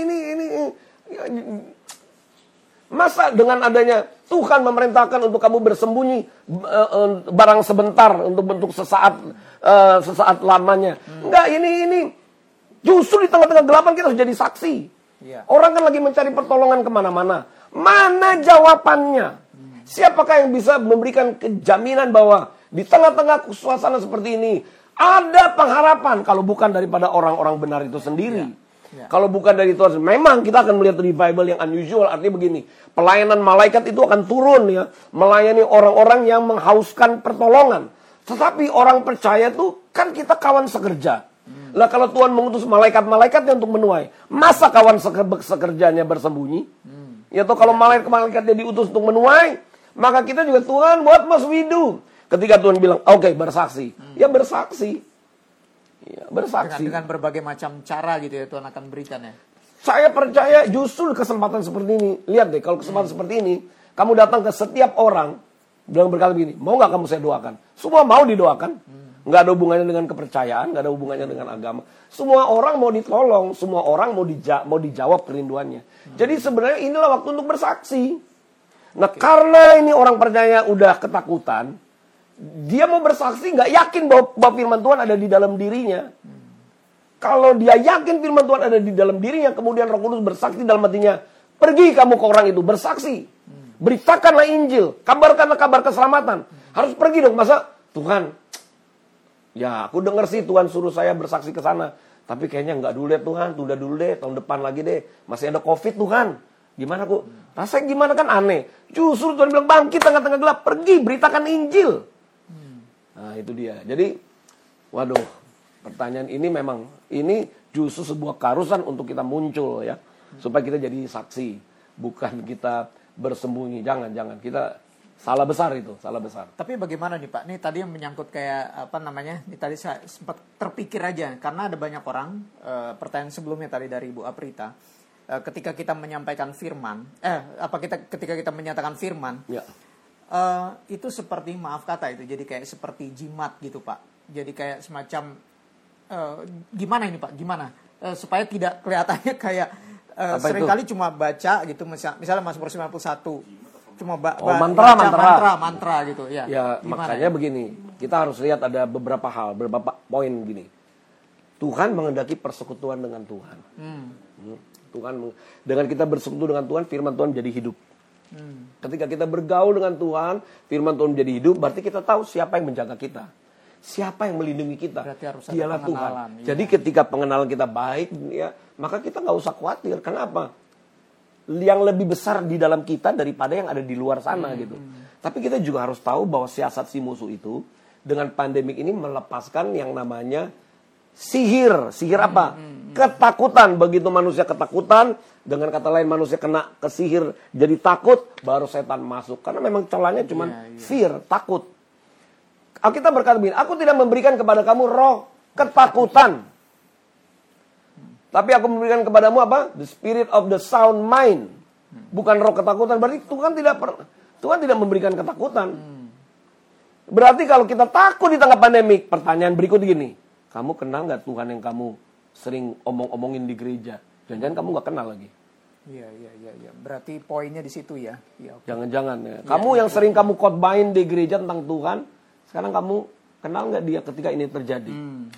Masa dengan adanya Tuhan memerintahkan untuk kamu bersembunyi barang sebentar untuk bentuk sesaat lamanya? Enggak, ini justru di tengah-tengah gelapan kita harus jadi saksi. Orang kan lagi mencari pertolongan kemana-mana. Mana jawabannya? Siapakah yang bisa memberikan kejaminan bahwa di tengah-tengah suasana seperti ini ada pengharapan kalau bukan daripada orang-orang benar itu sendiri? Kalau bukan dari Tuhan, memang kita akan melihat revival yang unusual. Artinya begini, pelayanan malaikat itu akan turun ya, melayani orang-orang yang menghauskan pertolongan. Tetapi orang percaya tuh kan kita kawan sekerja. Lah kalau Tuhan mengutus malaikat-malaikatnya untuk menuai, masa kawan sekerjanya bersembunyi? Ya toh kalau malaikat-malaikatnya diutus untuk menuai, maka kita juga Tuhan what must we do? Ketika Tuhan bilang, oke, bersaksi. Ya bersaksi. Ya, bersaksi. Dengan berbagai macam cara gitu ya Tuhan akan berikan ya. Saya percaya justru kesempatan seperti ini. Lihat deh, kalau kesempatan seperti ini, kamu datang ke setiap orang, bilang berkata begini, mau gak kamu saya doakan? Semua mau didoakan. Nggak ada hubungannya dengan kepercayaan, nggak ada hubungannya dengan agama. Semua orang mau ditolong, semua orang mau dijawab kerinduannya. Jadi sebenarnya inilah waktu untuk bersaksi. Nah karena ini orang percaya udah ketakutan, dia mau bersaksi nggak yakin bahwa firman Tuhan ada di dalam dirinya. Kalau dia yakin firman Tuhan ada di dalam dirinya, kemudian Roh Kudus bersaksi dalam hatinya, pergi kamu ke orang itu, bersaksi. Beritakanlah Injil, kabarkanlah kabar keselamatan. Harus pergi dong, masa Tuhan, ya aku dengar sih Tuhan suruh saya bersaksi ke sana. Tapi kayaknya nggak dulu deh Tuhan, tunda dulu deh, tahun depan lagi deh. Masih ada COVID Tuhan. Gimana kok? Rasanya gimana kan aneh. Justru Tuhan bilang bangkit tengah-tengah gelap, pergi beritakan Injil. Nah itu dia. Jadi, waduh, pertanyaan ini memang, ini justru sebuah keharusan untuk kita muncul ya. Supaya kita jadi saksi. Bukan kita bersembunyi. Jangan. Kita salah besar itu, salah besar. Tapi bagaimana nih Pak? Nih tadi yang menyangkut kayak apa namanya? Ini tadi saya sempat terpikir aja karena ada banyak orang pertanyaan sebelumnya tadi dari Ibu Aprita, ketika kita menyampaikan firman, ketika kita menyatakan firman, itu seperti maaf kata itu jadi kayak seperti jimat gitu Pak. Jadi kayak semacam gimana ini Pak? Gimana supaya tidak kelihatannya kayak seringkali cuma baca gitu, misalnya Mazmur 91. Cuma mantra gitu ya. Ya makanya begini, kita harus lihat ada beberapa hal, beberapa poin gini. Tuhan menghendaki persekutuan dengan Tuhan. Dengan kita bersekutu dengan Tuhan, firman Tuhan jadi hidup. Ketika kita bergaul dengan Tuhan, firman Tuhan menjadi hidup, berarti kita tahu siapa yang menjaga kita. Siapa yang melindungi kita? Dialah Tuhan. Ya. Jadi ketika pengenalan kita baik, ya, maka kita nggak usah khawatir. Kenapa? Yang lebih besar di dalam kita daripada yang ada di luar sana gitu. Tapi kita juga harus tahu bahwa siasat si musuh itu dengan pandemik ini melepaskan yang namanya sihir. Sihir apa? Ketakutan. Begitu manusia ketakutan, dengan kata lain manusia kena kesihir jadi takut, baru setan masuk. Karena memang celahnya cuma fear, takut. Alkitab berkata begini, aku tidak memberikan kepada kamu roh ketakutan. Tapi aku memberikan kepadamu apa? The spirit of the sound mind. Bukan roh ketakutan. Berarti Tuhan tidak memberikan ketakutan. Berarti kalau kita takut di tengah pandemik, pertanyaan berikut gini. Kamu kenal nggak Tuhan yang kamu sering omongin di gereja? Jangan-jangan kamu nggak kenal lagi. Iya. Berarti poinnya di situ ya. Jangan-jangan ya. Kamu yang sering kamu khotbahin di gereja tentang Tuhan, sekarang kamu Kenal nggak dia ketika ini terjadi?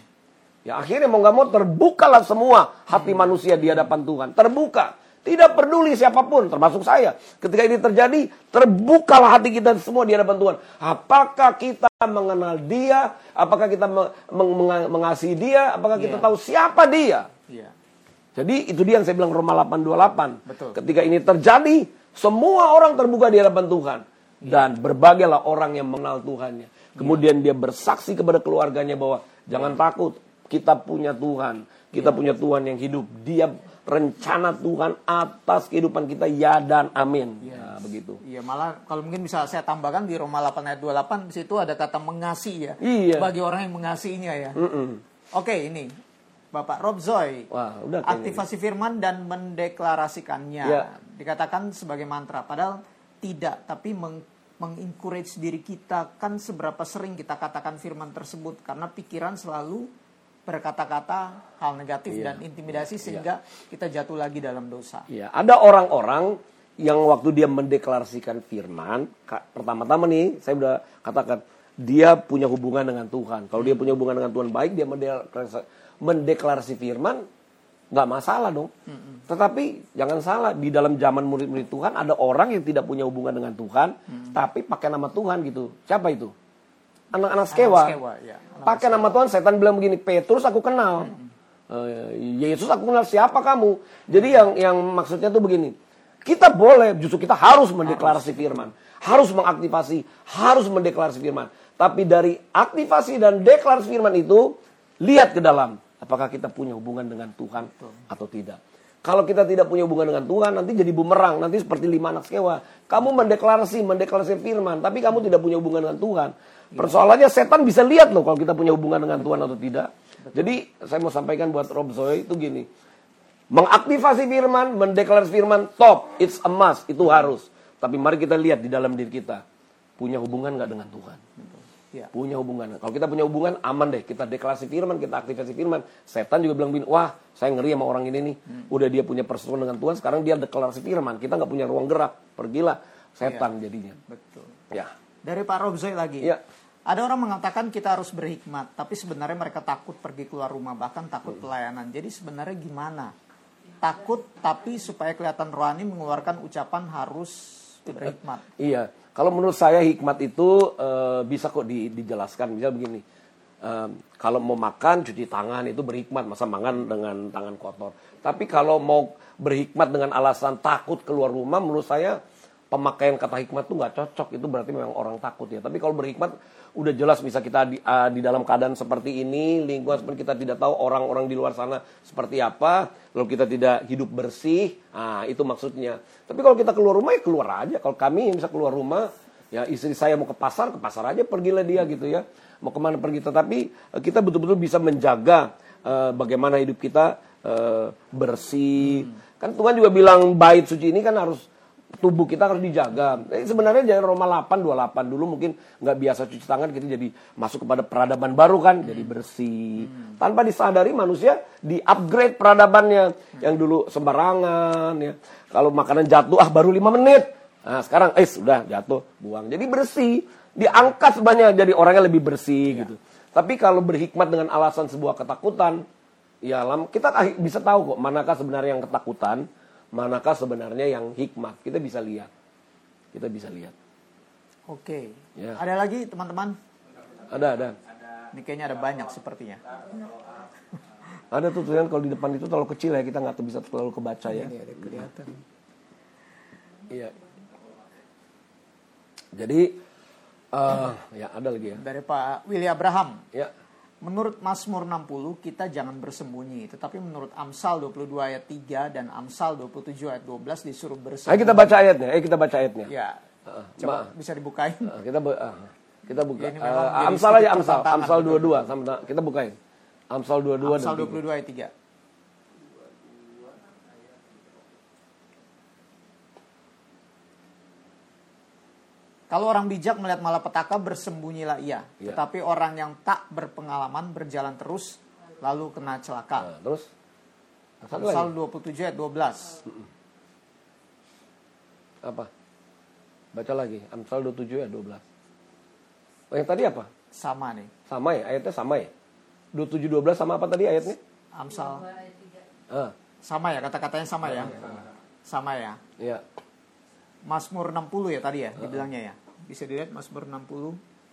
Ya akhirnya mau nggak mau terbukalah semua hati manusia di hadapan Tuhan. Terbuka. Tidak peduli siapapun, termasuk saya. Ketika ini terjadi, terbukalah hati kita semua di hadapan Tuhan. Apakah kita mengenal dia? Apakah kita mengasihi dia? Apakah kita tahu siapa dia? Jadi itu dia yang saya bilang Roma 8:28. Betul. Ketika ini terjadi, semua orang terbuka di hadapan Tuhan. Dan berbagailah orang yang mengenal Tuhannya. Kemudian dia bersaksi kepada keluarganya bahwa jangan takut, kita punya Tuhan. Kita punya Tuhan yang hidup. Dia rencana Tuhan atas kehidupan kita, ya dan amin. Nah, begitu. Iya, malah kalau mungkin bisa saya tambahkan di Roma 8 ayat 28 di situ ada kata mengasihi ya. Iya. Bagi orang yang mengasihinya ya. Oke, ini Bapak Rob Zoy. Wah, udah aktivasi firman dan mendeklarasikannya. Ya. Dikatakan sebagai mantra, padahal tidak, tapi mengencourage diri kita. Kan seberapa sering kita katakan firman tersebut karena pikiran selalu berkata-kata hal negatif dan intimidasi sehingga kita jatuh lagi dalam dosa. Iya, ada orang-orang yang waktu dia mendeklarasikan firman, pertama-tama nih saya udah katakan dia punya hubungan dengan Tuhan. Kalau dia punya hubungan dengan Tuhan baik, dia mendeklarasi firman, nggak masalah dong. Tetapi jangan salah, di dalam zaman murid-murid Tuhan ada orang yang tidak punya hubungan dengan Tuhan, tapi pakai nama Tuhan gitu. Siapa itu? Anak-anak Skewa. Pakai nama Tuhan, setan bilang begini, Petrus aku kenal. Yesus aku kenal, siapa kamu? Jadi yang maksudnya tuh begini. Kita boleh, justru kita harus mendeklarasi firman. Harus mengaktifasi, harus mendeklarasi firman. Tapi dari aktivasi dan deklarasi firman itu, lihat ke dalam. Apakah kita punya hubungan dengan Tuhan atau tidak. Kalau kita tidak punya hubungan dengan Tuhan, nanti jadi bumerang. Nanti seperti 5 anak Skewa. Kamu mendeklarasi firman, tapi kamu tidak punya hubungan dengan Tuhan. Persoalannya setan bisa lihat loh kalau kita punya hubungan dengan Tuhan atau tidak. Jadi saya mau sampaikan buat Rob Zoy itu gini. Mengaktifasi firman, mendeklarasi firman, top. It's a must, itu harus. Tapi mari kita lihat di dalam diri kita. Punya hubungan nggak dengan Tuhan? Punya hubungan. Kalau kita punya hubungan, aman deh. Kita deklarasi firman, kita aktifasi firman. Setan juga bilang, wah saya ngeri sama orang ini nih. Udah dia punya persekutuan dengan Tuhan, sekarang dia deklarasi firman. Kita nggak punya ruang gerak. Pergilah setan jadinya. Betul. Ya. Dari Pak Rob Zoy lagi. Ya. Ada orang mengatakan kita harus berhikmat, tapi sebenarnya mereka takut pergi keluar rumah, bahkan takut pelayanan. Jadi sebenarnya gimana? Takut, tapi supaya kelihatan rohani mengeluarkan ucapan harus berhikmat. Iya, kalau menurut saya hikmat itu bisa kok dijelaskan. Misal begini, kalau mau makan cuci tangan itu berhikmat, masa makan dengan tangan kotor. Tapi kalau mau berhikmat dengan alasan takut keluar rumah, menurut saya pemakaian kata hikmat itu nggak cocok. Itu berarti memang orang takut ya. Tapi kalau berhikmat udah jelas, bisa kita di dalam keadaan seperti ini, lingkungan seperti kita tidak tahu orang-orang di luar sana seperti apa, lalu kita tidak hidup bersih, itu maksudnya. Tapi kalau kita keluar rumah ya keluar aja. Kalau kami bisa keluar rumah, ya istri saya mau ke pasar aja pergilah dia gitu ya. Mau kemana pergi, tetapi kita betul-betul bisa menjaga bagaimana hidup kita bersih. Kan Tuhan juga bilang bait suci ini kan harus, tubuh kita harus dijaga. Sebenarnya dari Roma 8:28 dulu mungkin nggak biasa cuci tangan, kita jadi masuk kepada peradaban baru kan, jadi bersih. Tanpa disadari manusia di-upgrade peradabannya. Yang dulu sembarangan ya. Kalau makanan jatuh baru 5 menit. Nah, sekarang sudah jatuh, buang. Jadi bersih, diangkat sebenarnya jadi orangnya lebih bersih gitu. Tapi kalau berhikmat dengan alasan sebuah ketakutan, ya kita bisa tahu kok manakah sebenarnya yang ketakutan, manakah sebenarnya yang hikmat. Kita bisa lihat. Oke. Ya. Ada lagi teman-teman? Ada. Ini kayaknya ada banyak sepertinya. Ada tuh tulisan kalau di depan itu terlalu kecil ya, kita nggak bisa terlalu kebaca ya. Ini ada kelihatan. Iya. Jadi ya ada lagi ya. Dari Pak Willy Abraham. Ya. Menurut Mazmur 60 kita jangan bersembunyi, tetapi menurut Amsal 22 ayat 3 dan Amsal 27 ayat 12 disuruh bersembunyi. Ayo kita baca ayatnya. Ya. Coba bisa dibukain. Kita buka. Ya, ini memang Amsal aja, Amsal 22 sama kita bukain. Amsal 22 Amsal dan 22 ayat 3. Kalau orang bijak melihat malapetaka, bersembunyilah ia. Ya. Tetapi orang yang tak berpengalaman berjalan terus, lalu kena celaka. Nah, terus? Amsal 27 ayat 12. Apa? Baca lagi. Amsal 27 ayat 12. Oh, yang tadi apa? Sama nih. Sama ya, ayatnya sama ya. 27:12 sama apa tadi ayatnya? Amsal. Sama ya, kata-katanya sama ya. Sama ya. Iya. Mazmur 60 ya tadi ya dibilangnya ya. Bisa dilihat Mazmur 60.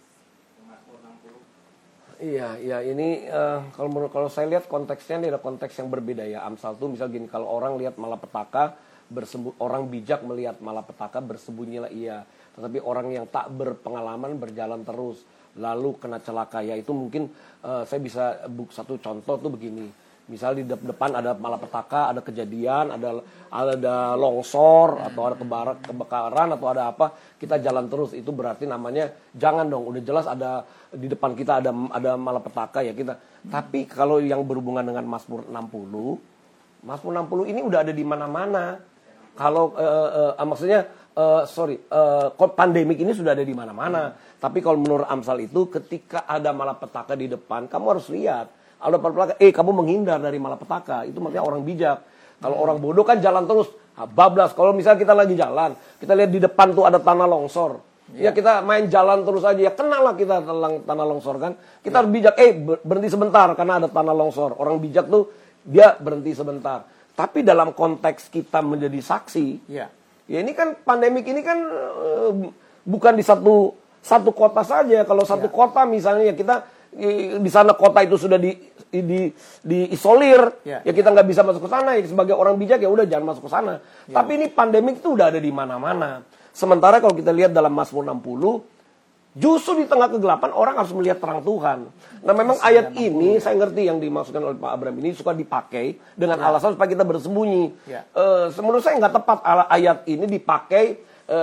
Iya, ini kalau saya lihat konteksnya ini ada konteks yang berbeda ya. Amsal tuh misal gini, kalau orang lihat malapetaka, orang bijak melihat malapetaka, bersembunyilah ia. Tetapi orang yang tak berpengalaman berjalan terus, lalu kena celaka. Ya itu mungkin saya bisa satu contoh tuh begini. Misal di depan ada malapetaka, ada kejadian, ada longsor atau ada kebakaran atau ada apa, kita jalan terus, itu berarti namanya jangan dong. Udah jelas ada di depan kita ada malapetaka ya kita. Tapi kalau yang berhubungan dengan Mazmur 60 ini udah ada di mana-mana. Kalau maksudnya pandemik ini sudah ada di mana-mana. Tapi kalau menurut Amsal itu ketika ada malapetaka di depan, kamu harus lihat. Ada malapetaka, kamu menghindar dari malapetaka. Itu maksudnya orang bijak. Kalau orang bodoh kan jalan terus, bablas. Kalau misalnya kita lagi jalan, kita lihat di depan tuh ada tanah longsor. Ya kita main jalan terus aja, ya kenalah kita tanah longsor kan. Kita harus bijak, berhenti sebentar karena ada tanah longsor. Orang bijak tuh dia berhenti sebentar. Tapi dalam konteks kita menjadi saksi, ya ini kan pandemik ini kan bukan di satu kota saja. Kalau satu kota misalnya ya kita di sana kota itu sudah diisolir, ya kita nggak bisa masuk ke sana. Ya, sebagai orang bijak ya udah jangan masuk ke sana. Tapi ini pandemik itu udah ada di mana-mana. Sementara kalau kita lihat dalam Mazmur 60, justru di tengah kegelapan orang harus melihat terang Tuhan. Nah memang ayat ini saya ngerti yang dimaksudkan oleh Pak Abraham ini suka dipakai dengan alasan supaya kita bersembunyi. Menurut saya nggak tepat ayat ini dipakai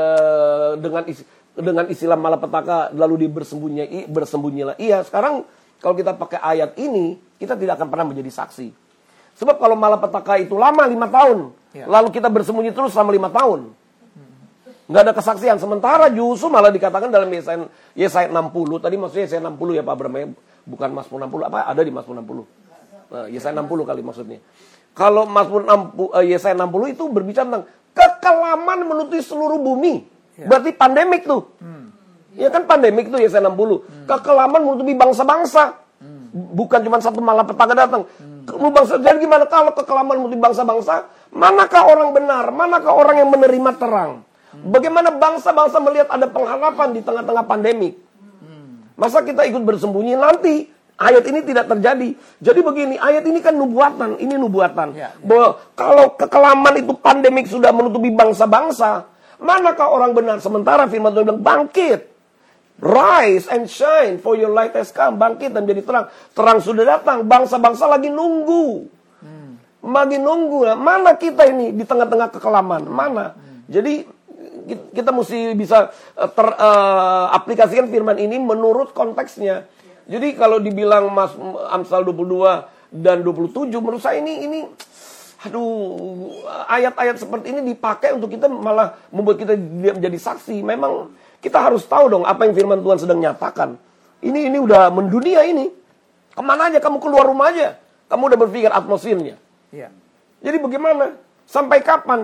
dengan istilah malapetaka lalu bersembunyilah ia. Sekarang kalau kita pakai ayat ini, kita tidak akan pernah menjadi saksi. Sebab kalau malapetaka itu lama 5 tahun, lalu kita bersembunyi terus selama 5 tahun, nggak ada kesaksian. Sementara justru malah dikatakan dalam Yesaya 60, tadi maksudnya Yesaya 60 ya Pak Abraham, bukan Mazmur 60, apa ada di Mazmur 60? Yesaya 60 kali maksudnya. Kalau Mazmur Yesaya 60 itu berbicara tentang kekelaman menutupi seluruh bumi. Berarti pandemik tuh. Ya kan pandemik tuh Yesaya 60. Kekelaman menutupi bangsa-bangsa. Bukan cuma satu malapetaka datang. Jadi gimana kalau kekelaman menutupi bangsa-bangsa? Manakah orang benar? Manakah orang yang menerima terang? Bagaimana bangsa-bangsa melihat ada pengharapan di tengah-tengah pandemik? Masa kita ikut bersembunyi? Nanti ayat ini tidak terjadi. Jadi begini, ayat ini kan nubuatan. Ini nubuatan. Bahwa kalau kekelaman itu pandemik sudah menutupi bangsa-bangsa, manakah orang benar? Sementara firman Tuhan bilang, bangkit. Rise and shine, for your light has come. Bangkit dan jadi terang. Terang sudah datang. Bangsa-bangsa lagi nunggu. Lagi nunggu. Nah, mana kita ini di tengah-tengah kekelaman? Mana? Jadi kita mesti bisa aplikasikan firman ini menurut konteksnya. Jadi kalau dibilang Amsal 22 dan 27, menurut saya ini ayat-ayat seperti ini dipakai untuk kita malah membuat kita menjadi saksi. Memang kita harus tahu dong apa yang firman Tuhan sedang nyatakan. Ini udah mendunia ini. Kemana aja kamu keluar rumah aja, kamu udah berpikir atmosfernya. Jadi bagaimana? Sampai kapan?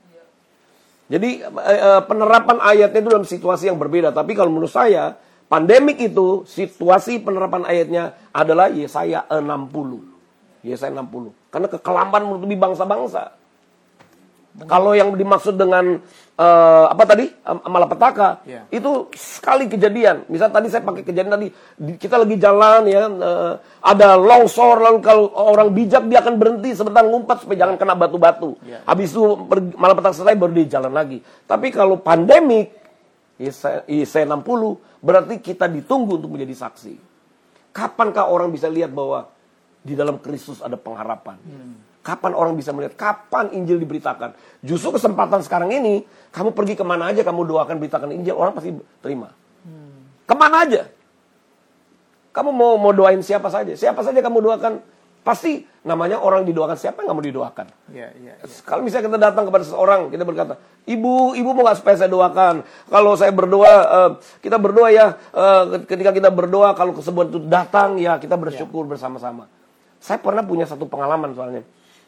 Jadi penerapan ayatnya itu dalam situasi yang berbeda. Tapi kalau menurut saya, pandemik itu situasi penerapan ayatnya adalah Yesaya 60. Yesaya 60. Karena kekelaman menutupi bangsa-bangsa. Kalau yang dimaksud dengan apa tadi? Malapetaka. Itu sekali kejadian. Misal tadi saya pakai kejadian tadi. Kita lagi jalan ya. Ada longsor. Lalu kalau orang bijak dia akan berhenti sebentar ngumpat supaya jangan kena batu-batu. Habis itu malapetaka selesai baru dia jalan lagi. Tapi kalau pandemik Yesaya 60 berarti kita ditunggu untuk menjadi saksi. Kapankah orang bisa lihat bahwa di dalam Kristus ada pengharapan? Kapan orang bisa melihat? Kapan Injil diberitakan? Justru kesempatan sekarang ini, kamu pergi kemana aja, kamu doakan beritakan Injil, orang pasti terima. Kemana aja? Kamu mau doain siapa saja? Siapa saja kamu doakan, pasti namanya orang didoakan. Siapa yang kamu didoakan? Kalau misalnya kita datang kepada seseorang, kita berkata, Ibu mau gak supaya saya doakan? Kalau saya berdoa, kita berdoa ya, ketika kita berdoa, kalau kesembuhan itu datang, ya kita bersyukur bersama-sama. Saya pernah punya satu pengalaman soalnya.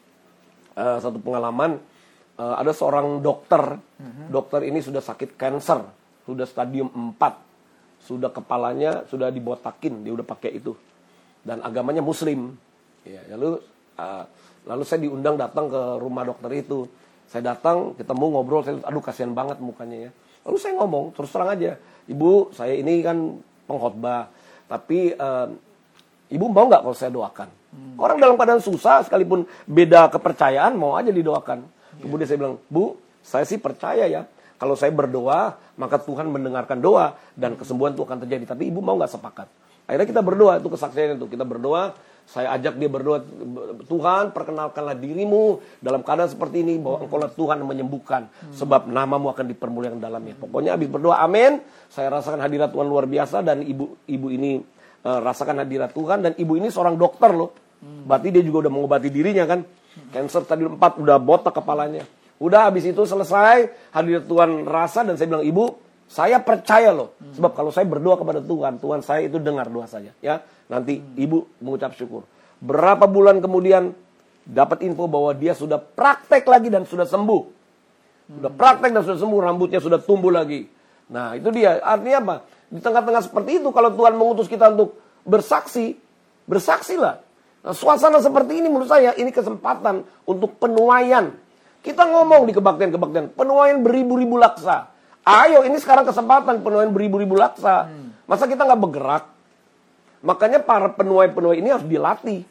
Ada seorang dokter. Dokter ini sudah sakit kanker. Sudah stadium 4. sudah kepalanya sudah dibotakin, dia udah pakai itu. Dan agamanya Muslim. Ya, lalu saya diundang datang ke rumah dokter itu. Saya datang, ketemu, ngobrol, aduh kasihan banget mukanya ya. Lalu saya ngomong, terus terang aja, Ibu, saya ini kan pengkhotbah, tapi Ibu mau nggak kalau saya doakan? Orang dalam keadaan susah, sekalipun beda kepercayaan, mau aja didoakan. Kemudian saya bilang, Bu, saya sih percaya ya, kalau saya berdoa, maka Tuhan mendengarkan doa, dan kesembuhan itu akan terjadi. Tapi Ibu mau nggak sepakat? Akhirnya kita berdoa, itu kesaksian itu. Kita berdoa, saya ajak dia berdoa, Tuhan perkenalkanlah dirimu dalam keadaan seperti ini, bahwa Engkau lah Tuhan yang menyembuhkan, sebab namamu akan dipermuliakan dalamnya. Pokoknya habis berdoa, amin, saya rasakan hadirat Tuhan luar biasa, dan ibu ini rasakan hadirat Tuhan, dan ibu ini seorang dokter loh. Berarti dia juga udah mengobati dirinya kan. Cancer tadi 4 udah botak kepalanya. Udah habis itu selesai, hadirat Tuhan rasa, dan saya bilang, Ibu, saya percaya loh. Sebab kalau saya berdoa kepada Tuhan, Tuhan saya itu dengar doa saya. Ya, nanti Ibu mengucap syukur. Berapa bulan kemudian dapat info bahwa dia sudah praktek lagi dan sudah sembuh. Sudah praktek dan sudah sembuh, rambutnya sudah tumbuh lagi. Nah, itu dia. Artinya apa? Di tengah-tengah seperti itu, kalau Tuhan mengutus kita untuk bersaksi, bersaksilah. Nah, suasana seperti ini menurut saya, ini kesempatan untuk penuaian. Kita ngomong di kebaktian-kebaktian, penuaian beribu-ribu laksa. Ayo, ini sekarang kesempatan penuaian beribu-ribu laksa. Masa kita nggak bergerak? Makanya para penuai-penuai ini harus dilatih.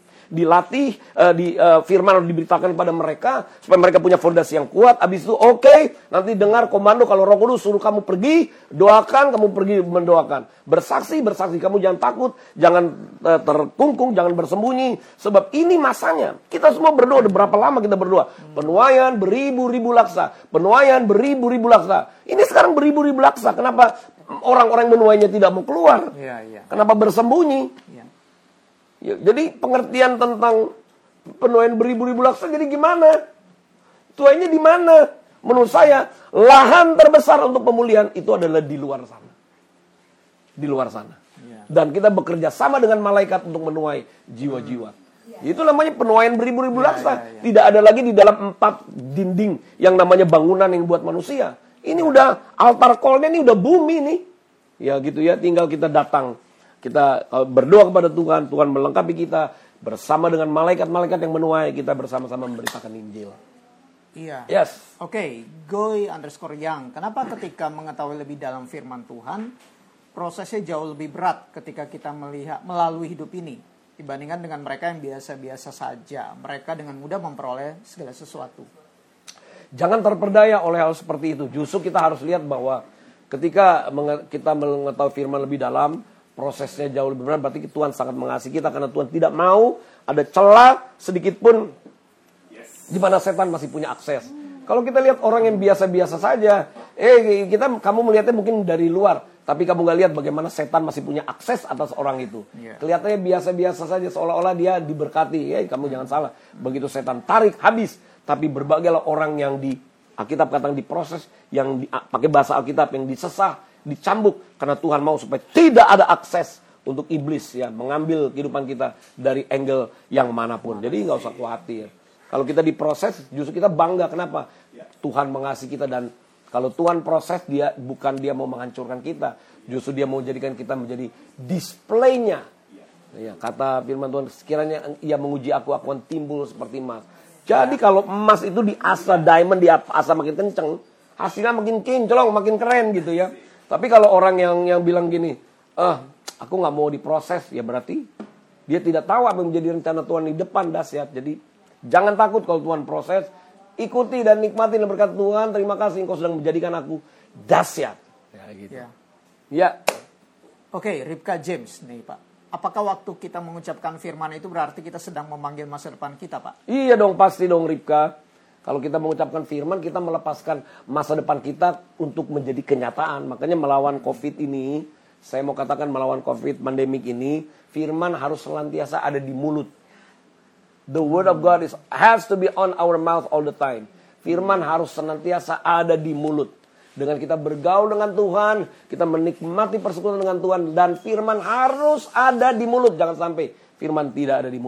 Firman harus diberitakan kepada mereka supaya mereka punya fondasi yang kuat. Habis itu nanti dengar komando kalau Roh Kudus suruh kamu pergi, doakan, kamu pergi mendoakan. Bersaksi, kamu jangan takut, jangan terkungkung, jangan bersembunyi, sebab ini masanya. Kita semua berdoa, udah berapa lama kita berdoa? Penuaian beribu-ribu laksa, penuaian beribu-ribu laksa. Ini sekarang beribu-ribu laksa. Kenapa orang-orang menuainya tidak mau keluar? Kenapa bersembunyi? Ya, jadi pengertian tentang penuaian beribu-ribu laksa jadi gimana? Tuainya di mana? Menurut saya, lahan terbesar untuk pemulihan itu adalah di luar sana. Di luar sana. Dan kita bekerja sama dengan malaikat untuk menuai jiwa-jiwa. Itu namanya penuaian beribu-ribu laksa. Tidak ada lagi di dalam 4 dinding yang namanya bangunan yang buat manusia. Ini udah altar call-nya, ini udah bumi nih. Ya gitu ya, tinggal kita datang. Kita berdoa kepada Tuhan, Tuhan melengkapi kita bersama dengan malaikat-malaikat yang menuai, kita bersama-sama memberitakan Injil. Iya. Yes. Oke, Goy_Yang. Kenapa ketika mengetahui lebih dalam firman Tuhan, prosesnya jauh lebih berat ketika kita melihat melalui hidup ini dibandingkan dengan mereka yang biasa-biasa saja. Mereka dengan mudah memperoleh segala sesuatu. Jangan terperdaya oleh hal seperti itu. Justru kita harus lihat bahwa ketika kita mengetahui firman lebih dalam, prosesnya jauh lebih berat, berarti Tuhan sangat mengasihi kita karena Tuhan tidak mau ada celah sedikit pun di mana setan masih punya akses. Kalau kita lihat orang yang biasa-biasa saja, kamu melihatnya mungkin dari luar, tapi kamu nggak lihat bagaimana setan masih punya akses atas orang itu. Kelihatannya biasa-biasa saja, seolah-olah dia diberkati. Kamu jangan salah, begitu setan tarik habis. Tapi berbagailah orang yang di Alkitab katakan diproses, yang pakai bahasa Alkitab yang disesah, dicambuk, karena Tuhan mau supaya tidak ada akses untuk iblis ya mengambil kehidupan kita dari angle yang manapun. Jadi nggak usah khawatir. Kalau kita diproses, justru kita bangga. Kenapa? Tuhan mengasihi kita, dan kalau Tuhan proses, dia mau menghancurkan kita, justru dia mau jadikan kita menjadi display-nya. Ya, kata firman Tuhan, sekiranya ia menguji aku akan timbul seperti emas. Jadi kalau emas itu diasah, diamond diasah makin kenceng, hasilnya makin kinclong, makin keren gitu ya. Tapi kalau orang yang bilang gini, aku nggak mau diproses, ya berarti dia tidak tahu apa yang menjadi rencana Tuhan di depan, dahsyat. Jadi jangan takut kalau Tuhan proses, ikuti dan nikmati dan berkat Tuhan. Terima kasih Engkau sedang menjadikan aku dahsyat. Ya gitu. Ya. Oke, Ripka James nih Pak. Apakah waktu kita mengucapkan firman itu berarti kita sedang memanggil masa depan kita, Pak? Iya dong, pasti dong Ripka. Kalau kita mengucapkan firman, kita melepaskan masa depan kita untuk menjadi kenyataan. Makanya melawan COVID ini, saya mau katakan melawan COVID pandemik ini, firman harus senantiasa ada di mulut. The word of God has to be on our mouth all the time. Firman harus senantiasa ada di mulut. Dengan kita bergaul dengan Tuhan, kita menikmati persekutuan dengan Tuhan, dan firman harus ada di mulut. Jangan sampai firman tidak ada di mulut.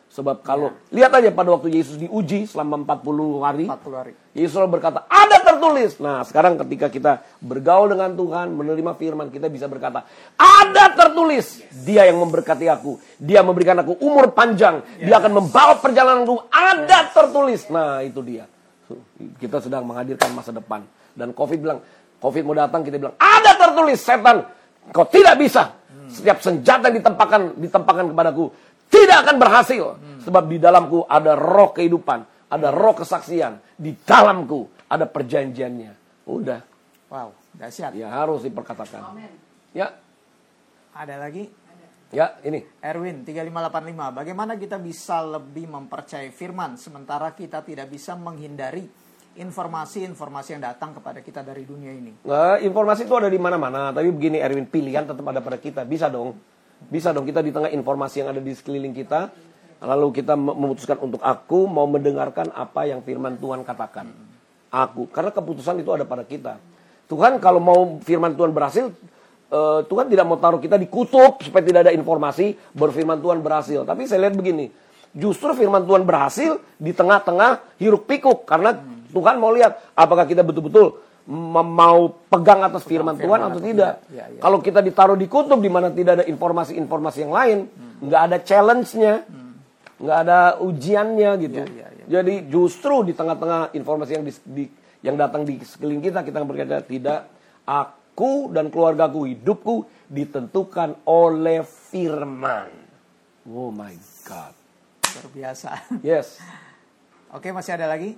Sebab kalau lihat aja pada waktu Yesus diuji selama 40 hari, 40 hari. Yesus berkata, ada tertulis. Nah, sekarang ketika kita bergaul dengan Tuhan, menerima firman, kita bisa berkata, ada tertulis. Dia yang memberkati aku. Dia memberikan aku umur panjang. Dia akan membawa perjalananku. Ada tertulis. Nah, itu dia. Kita sedang menghadirkan masa depan. Dan COVID mau datang, kita bilang, ada tertulis, setan. Kau tidak bisa. Setiap senjata yang ditempatkan kepadaku tidak akan berhasil. Sebab di dalamku ada roh kehidupan. Ada roh kesaksian. Di dalamku ada perjanjiannya. Udah. Wow, dahsyat. Ya harus diperkatakan. Ya. Ada lagi? Ya, ini. Erwin, 3585. Bagaimana kita bisa lebih mempercayai firman sementara kita tidak bisa menghindari informasi-informasi yang datang kepada kita dari dunia ini? Nah, informasi itu ada di mana-mana. Tapi begini Erwin, pilihan tetap ada pada kita. Bisa dong. Bisa dong kita di tengah informasi yang ada di sekeliling kita. Lalu kita memutuskan untuk aku mau mendengarkan apa yang firman Tuhan katakan. Aku. Karena keputusan itu ada pada kita. Tuhan kalau mau firman Tuhan berhasil, Tuhan tidak mau taruh kita di kutub supaya tidak ada informasi baru firman Tuhan berhasil. Tapi saya lihat begini. Justru firman Tuhan berhasil di tengah-tengah hiruk pikuk. Karena Tuhan mau lihat apakah kita betul-betul mau pegang atas firman Tuhan atau tidak. Ya. Kalau kita ditaruh di kutub di mana tidak ada informasi-informasi yang lain, nggak ada challenge-nya, nggak ada ujiannya gitu. Ya. Jadi justru di tengah-tengah informasi yang datang di sekeliling kita berkata tidak, aku dan keluargaku, hidupku ditentukan oleh firman. Oh my God. Luar biasa. Yes. Oke, masih ada lagi?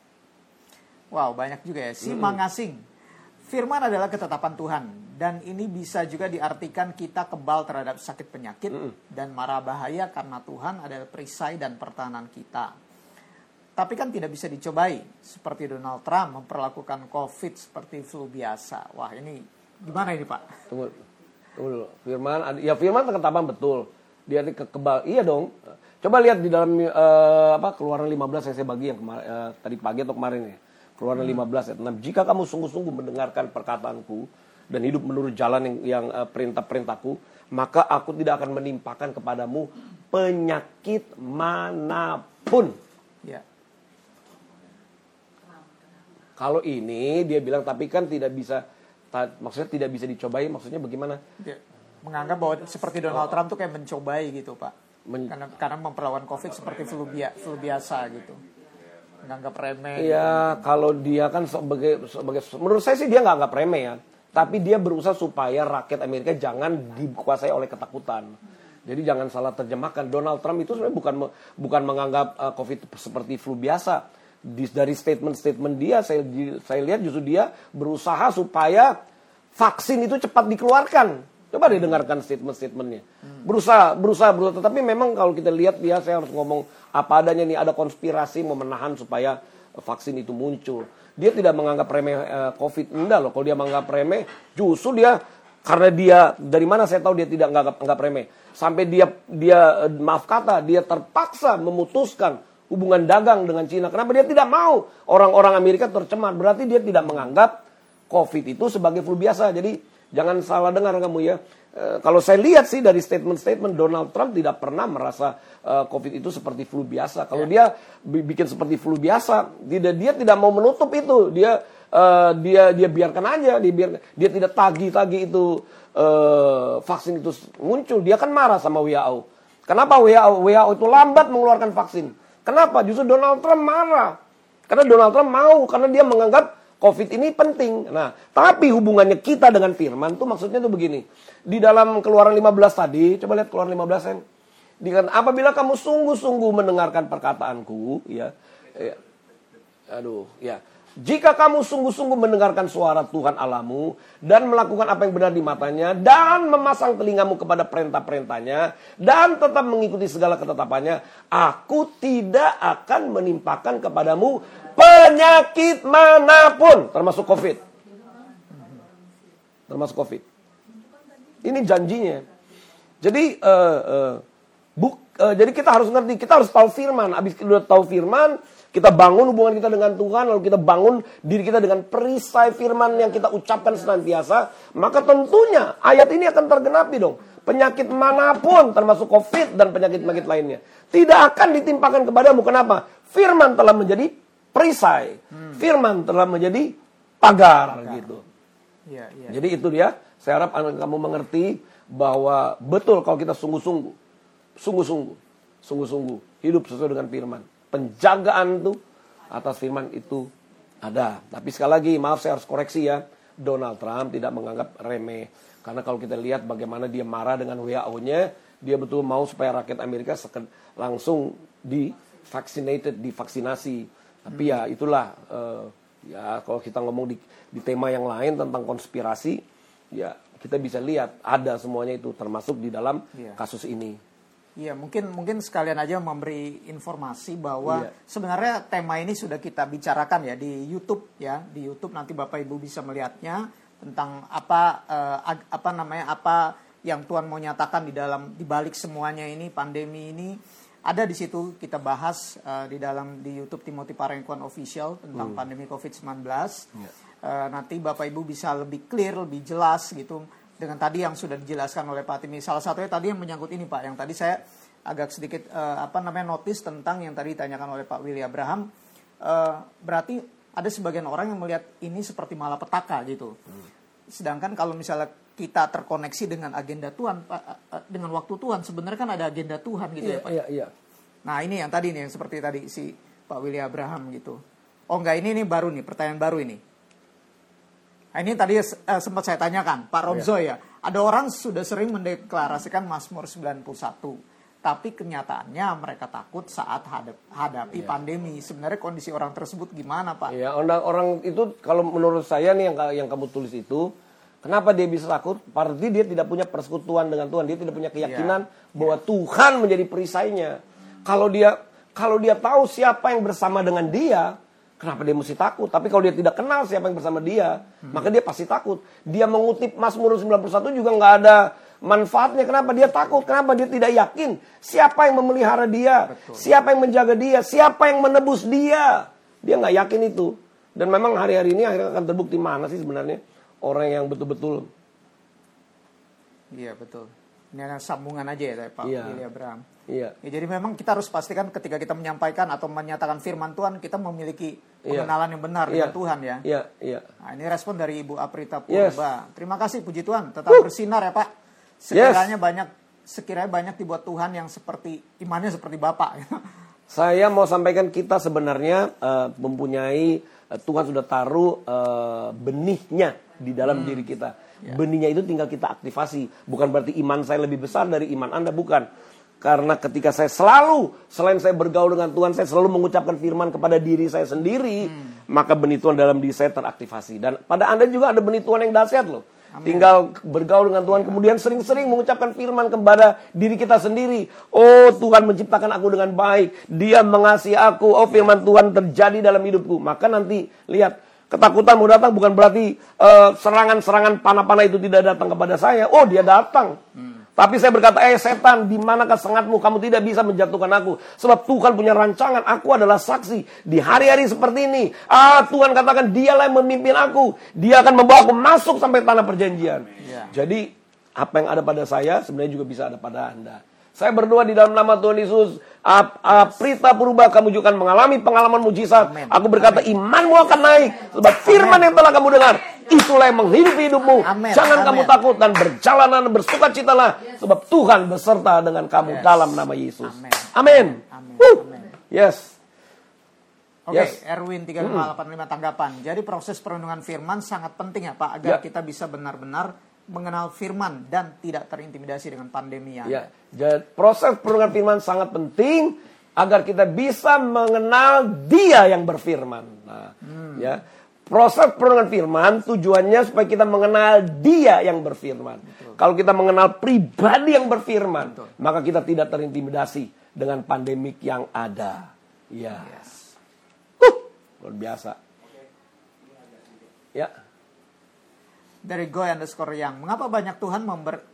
Wow, banyak juga ya. Si Mangasing. Firman adalah ketetapan Tuhan. Dan ini bisa juga diartikan kita kebal terhadap sakit penyakit dan mara bahaya karena Tuhan adalah perisai dan pertahanan kita. Tapi kan tidak bisa dicobai. Seperti Donald Trump memperlakukan COVID seperti flu biasa. Wah, ini gimana ini Pak? Tunggu dulu. Firman ketetapan betul. Dia kebal. Iya dong. Coba lihat di dalam Keluaran 15 yang saya bagi yang tadi pagi atau kemarin ya. Keluaran 15 ayat 6. Jika kamu sungguh-sungguh mendengarkan perkataanku dan hidup menurut jalan yang perintah-perintahku, maka aku tidak akan menimpakan kepadamu penyakit manapun. Ya. Kalau ini dia bilang tapi kan tidak bisa, maksudnya tidak bisa dicobai, maksudnya bagaimana? Dia menganggap bahwa seperti Donald Trump tuh kayak mencobai gitu Pak. Karena memperlawan COVID seperti flu biasa gitu. Menganggap remeh. Iya, gitu. Kalau dia kan sebagai menurut saya sih dia nggak anggap remeh ya. Tapi dia berusaha supaya rakyat Amerika jangan dikuasai oleh ketakutan. Jadi jangan salah terjemahkan. Donald Trump itu sebenarnya bukan menganggap COVID seperti flu biasa. Dari statement-statement dia, saya lihat justru dia berusaha supaya vaksin itu cepat dikeluarkan. Coba didengarkan statement-statementnya. Berusaha. Tetapi memang kalau kita lihat dia, saya harus ngomong apa adanya nih, ada konspirasi mau menahan supaya vaksin itu muncul. Dia tidak menganggap remeh COVID. Enggak loh, kalau dia menganggap remeh, justru dia, karena dia, dari mana saya tahu dia tidak menganggap remeh. Sampai dia maaf kata, dia terpaksa memutuskan hubungan dagang dengan Cina. Kenapa dia tidak mau orang-orang Amerika tercemar? Berarti dia tidak menganggap COVID itu sebagai flu biasa. Jadi jangan salah dengar kamu ya. Kalau saya lihat sih dari statement-statement Donald Trump tidak pernah merasa COVID itu seperti flu biasa. Kalau dia bikin seperti flu biasa, dia tidak mau menutup itu. Dia biarkan aja, dia tidak tagih-tagih itu vaksin itu muncul. Dia kan marah sama WHO. Kenapa WHO itu lambat mengeluarkan vaksin? Kenapa? Justru Donald Trump marah. Karena Donald Trump mau, karena dia menganggap COVID ini penting. Nah, tapi hubungannya kita dengan firman tuh maksudnya tuh begini. Di dalam Keluaran 15 tadi, coba lihat Keluaran 15 kan. Dikatakan apabila kamu sungguh-sungguh mendengarkan perkataanku, ya. Jika kamu sungguh-sungguh mendengarkan suara Tuhan Allahmu dan melakukan apa yang benar di matanya dan memasang telingamu kepada perintah-perintahnya dan tetap mengikuti segala ketetapannya, aku tidak akan menimpakan kepadamu penyakit manapun, termasuk COVID. Termasuk COVID. Ini janjinya. Jadi jadi kita harus ngerti, kita harus tahu firman. Habis kita tahu firman, kita bangun hubungan kita dengan Tuhan, lalu kita bangun diri kita dengan perisai firman yang kita ucapkan senantiasa, maka tentunya ayat ini akan tergenapi dong. penyakit manapun termasuk COVID dan penyakit-penyakit lainnya tidak akan ditimpakan kepadamu. Kenapa? Firman telah menjadi perisai. Firman telah menjadi pagar. Gitu. Ya, ya. Jadi itu dia. Saya harap kamu mengerti bahwa betul kalau kita sungguh-sungguh hidup sesuai dengan firman. Penjagaan tuh atas firman itu ada. Tapi sekali lagi, maaf saya harus koreksi ya. Donald Trump tidak menganggap remeh. Karena kalau kita lihat bagaimana dia marah dengan WHO-nya, dia betul mau supaya rakyat Amerika langsung divaksinasi. Tapi ya itulah, ya kalau kita ngomong di tema yang lain tentang konspirasi, ya kita bisa lihat ada semuanya itu termasuk di dalam kasus ini. Iya, mungkin sekalian aja memberi informasi bahwa sebenarnya tema ini sudah kita bicarakan ya di YouTube ya. Di YouTube nanti Bapak Ibu bisa melihatnya tentang apa yang Tuhan mau nyatakan di balik semuanya ini, pandemi ini. Ada di situ kita bahas di YouTube Timothy Parengkuan Official tentang pandemi COVID-19. Nanti Bapak Ibu bisa lebih clear, lebih jelas gitu dengan tadi yang sudah dijelaskan oleh Pak Timi. Salah satunya tadi yang menyangkut ini Pak, yang tadi saya agak sedikit notice tentang yang tadi ditanyakan oleh Pak Willy Abraham. Berarti ada sebagian orang yang melihat ini seperti malapetaka gitu. Sedangkan kalau misalnya kita terkoneksi dengan agenda Tuhan, dengan waktu Tuhan, sebenarnya kan ada agenda Tuhan gitu ya Pak. Iya. Nah ini yang tadi nih, yang seperti tadi si Pak Willy Abraham gitu. Oh enggak, ini baru nih, pertanyaan baru ini. Nah, ini tadi sempat saya tanyakan, Pak Robzo ya. Ada orang sudah sering mendeklarasikan Mazmur 91. Tapi kenyataannya mereka takut saat hadapi pandemi. Sebenarnya kondisi orang tersebut gimana Pak? Ya, orang itu kalau menurut saya nih yang kamu tulis itu, kenapa dia bisa takut? Berarti dia tidak punya persekutuan dengan Tuhan. Dia tidak punya keyakinan bahwa Tuhan menjadi perisainya. Kalau dia tahu siapa yang bersama dengan dia, kenapa dia mesti takut? Tapi kalau dia tidak kenal siapa yang bersama dia, maka dia pasti takut. Dia mengutip Mazmur 91 juga nggak ada manfaatnya. Kenapa dia takut? Kenapa dia tidak yakin siapa yang memelihara dia? Betul. Siapa yang menjaga dia? Siapa yang menebus dia? Dia nggak yakin itu. Dan memang hari-hari ini akhirnya akan terbukti mana sih sebenarnya orang yang betul-betul. Iya betul. Ini ada sambungan aja ya Pak Willy Abraham. Iya. Ya, jadi memang kita harus pastikan ketika kita menyampaikan atau menyatakan firman Tuhan, kita memiliki pengenalan yang benar dengan Tuhan ya. Iya. Nah, ini respon dari Ibu Aprita Purba. Terima kasih puji Tuhan, tetap bersinar ya Pak. Sekiranya banyak dibuat Tuhan yang seperti imannya seperti Bapak. Saya mau sampaikan kita sebenarnya mempunyai Tuhan sudah taruh benihnya di dalam diri kita. Benihnya itu tinggal kita aktifasi. Bukan berarti iman saya lebih besar dari iman Anda, bukan. Karena ketika saya selain saya bergaul dengan Tuhan, saya selalu mengucapkan firman kepada diri saya sendiri, maka benih Tuhan dalam diri saya teraktivasi. Dan pada Anda juga ada benih Tuhan yang dahsyat loh. Amin. Tinggal bergaul dengan Tuhan, kemudian sering-sering mengucapkan firman kepada diri kita sendiri. Oh, Tuhan menciptakan aku dengan baik. Dia mengasihi aku. Oh, firman Tuhan terjadi dalam hidupku. Maka nanti, lihat, ketakutan mau datang bukan berarti serangan-serangan panah-panah itu tidak datang kepada saya. Oh, dia datang. Tapi saya berkata, setan, di manakah sengatmu? Kamu tidak bisa menjatuhkan aku. Sebab Tuhan punya rancangan. Aku adalah saksi. Di hari-hari seperti ini. Tuhan katakan, dialah yang memimpin aku. Dia akan membawa aku masuk sampai tanah perjanjian. Jadi, apa yang ada pada saya, sebenarnya juga bisa ada pada Anda. Saya berdoa di dalam nama Tuhan Yesus. Prita Purba, kamu juga akan mengalami pengalaman mujizat. Amen. Aku berkata, imanmu akan naik. Sebab firman yang telah kamu dengar, itulah yang menghidupi hidupmu. Amen. Jangan kamu takut dan berjalanan bersukacitalah. Sebab Tuhan beserta dengan kamu dalam nama Yesus. Amin. Yes. Oke, Erwin 3585 tanggapan. Jadi proses perlindungan firman sangat penting ya Pak, agar kita bisa benar-benar mengenal firman dan tidak terintimidasi dengan pandemi yang ada. Jadi proses perlindungan firman sangat penting agar kita bisa mengenal Dia yang berfirman. Nah, proses perlindungan firman tujuannya supaya kita mengenal Dia yang berfirman. Kalau kita mengenal pribadi yang berfirman, maka kita tidak terintimidasi dengan pandemik yang ada. Luar biasa. Dari Goy_yang, mengapa Bapak Tuhan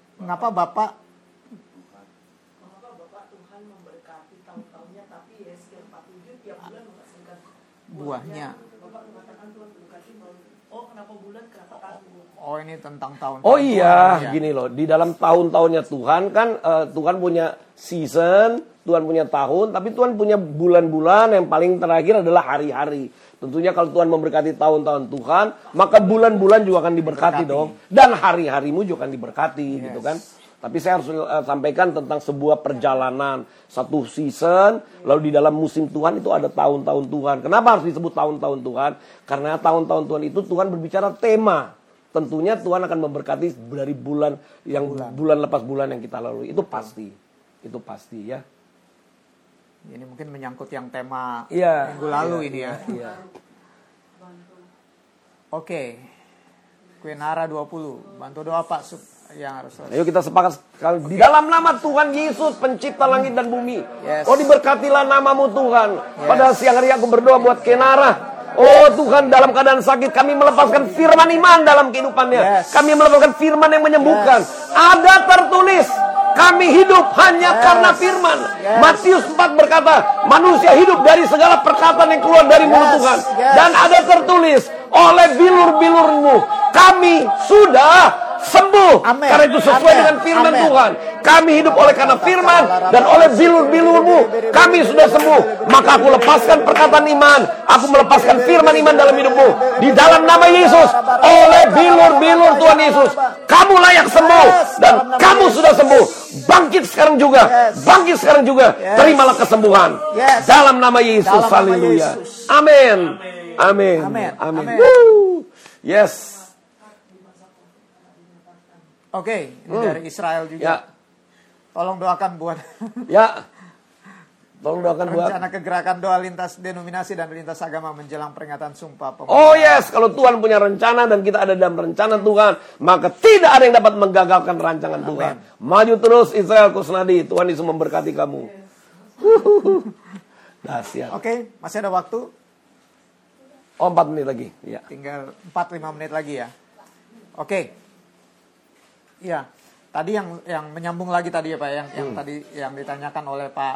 memberkati tahun-tahunnya, tapi setiap 47 tiap bulan menghasilkan buahnya? Bapak mengatakan Tuhan berkati Oh, kenapa bulan, kenapa tahun? Oh, ini tentang tahun. Oh iya, gini loh, di dalam tahun-tahunnya Tuhan kan Tuhan punya season, Tuhan punya tahun, tapi Tuhan punya bulan-bulan, yang paling terakhir adalah hari-hari. Tentunya kalau Tuhan memberkati tahun-tahun Tuhan, maka bulan-bulan juga akan diberkati dong, dan hari-harimu juga akan diberkati, gitu kan. Tapi saya harus sampaikan tentang sebuah perjalanan, satu season, lalu di dalam musim Tuhan itu ada tahun-tahun Tuhan. Kenapa harus disebut tahun-tahun Tuhan? Karena tahun-tahun Tuhan itu Tuhan berbicara tema. Tentunya Tuhan akan memberkati dari bulan lepas bulan yang kita lalui. Itu pasti ya. Ini mungkin menyangkut yang tema Iya, minggu lalu ini ya. Iya. Oke. Kuenara 20. Bantu doa Pak yang harus selesai. Ayo kita sepakat sekali. Di dalam nama Tuhan Yesus, pencipta langit dan bumi. Yes. Oh, diberkatilah namamu Tuhan. Pada siang hari aku berdoa buat Kenara. Oh Tuhan, dalam keadaan sakit kami melepaskan firman iman dalam kehidupannya. Kami melepaskan firman yang menyembuhkan. Ada tertulis, kami hidup hanya karena firman. Matius 4 berkata, manusia hidup dari segala perkataan yang keluar dari mulut Tuhan. Dan ada tertulis, oleh bilur-bilurmu kami sudah sembuh. Karena itu sesuai dengan firman Tuhan. Kami hidup oleh karena firman, dan oleh bilur-bilurmu kami sudah sembuh. Maka aku lepaskan perkataan iman, aku melepaskan firman iman dalam hidupmu. Di dalam nama Yesus, oleh bilur-bilur Tuhan Yesus, kamu layak sembuh, dan kamu sudah sembuh. Bangkit sekarang juga, bangkit sekarang juga. Terimalah kesembuhan dalam nama Yesus. Haleluya. Amin. Amin. Amin. Yes. Oke, ini dari Israel juga. Ya. Tolong doakan buat Ya. Tolong doakan buat rencana kegerakan doa lintas denominasi dan lintas agama menjelang peringatan sumpah pemuda. Oh yes, kalau Tuhan punya rencana dan kita ada dalam rencana Tuhan, maka tidak ada yang dapat menggagalkan rancangan Tuhan. Maju terus Israel Kusnadi, Tuhan Yesus memberkati kamu. Dahsyat. Oke, masih ada waktu? Oh, 4 menit lagi. Ya. Tinggal 4-5 menit lagi ya. Oke. Ya, tadi yang menyambung lagi tadi ya Pak, yang tadi yang ditanyakan oleh Pak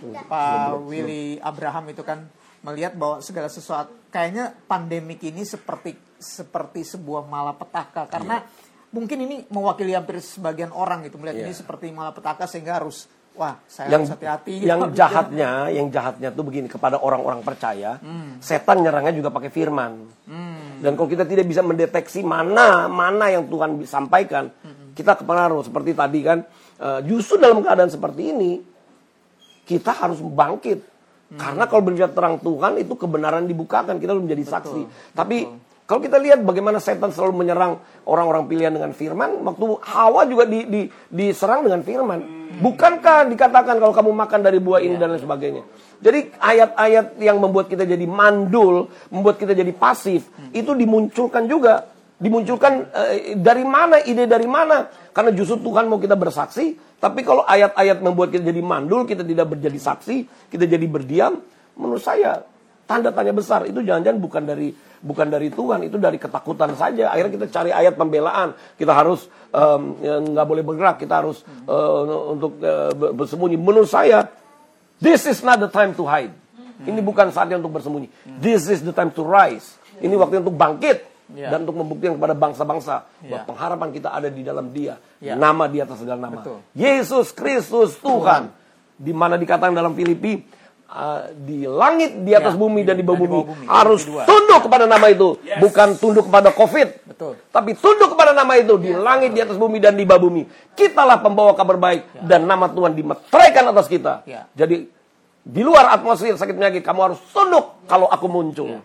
Willy Abraham itu kan melihat bahwa segala sesuatu kayaknya pandemik ini seperti sebuah malapetaka karena mungkin ini mewakili hampir sebagian orang gitu melihat ini seperti malapetaka sehingga harus saya harus hati-hati. Yang jahatnya tuh begini, kepada orang-orang percaya, setan nyerangnya juga pakai firman. Dan kalau kita tidak bisa mendeteksi mana yang Tuhan sampaikan, kita kepengaruh. Seperti tadi kan, justru dalam keadaan seperti ini, kita harus bangkit. Karena kalau berbicara terang Tuhan, itu kebenaran dibukakan, kita harus menjadi saksi. Tapi kalau kita lihat bagaimana setan selalu menyerang orang-orang pilihan dengan firman, waktu Hawa juga diserang dengan firman. Bukankah dikatakan kalau kamu makan dari buah ini dan lain sebagainya. Jadi ayat-ayat yang membuat kita jadi mandul, membuat kita jadi pasif, itu dimunculkan juga. Dimunculkan dari mana, ide dari mana. Karena justru Tuhan mau kita bersaksi, tapi kalau ayat-ayat membuat kita jadi mandul, kita tidak menjadi saksi, kita jadi berdiam, menurut saya tanda tanya besar. Itu jangan-jangan bukan dari Tuhan, itu dari ketakutan saja. Akhirnya kita cari ayat pembelaan. Kita harus nggak boleh bergerak, kita harus untuk bersembunyi. Menurut saya, this is not the time to hide. Ini bukan saatnya untuk bersembunyi. This is the time to rise. Ini waktu untuk bangkit. Dan untuk membuktikan kepada bangsa-bangsa bahwa pengharapan kita ada di dalam Dia. Nama di atas segala nama. Yesus Kristus Tuhan. Di mana dikatakan dalam Filipi, di langit, di atas bumi dan di bawah bumi harus tunduk kepada nama itu. Bukan tunduk kepada COVID. Tapi tunduk kepada nama itu. Di langit, di atas bumi dan di bawah bumi. Kitalah pembawa kabar baik. Dan nama Tuhan dimeteraikan atas kita. Jadi di luar atmosfer sakit penyakit, kamu harus tunduk kalau aku muncul.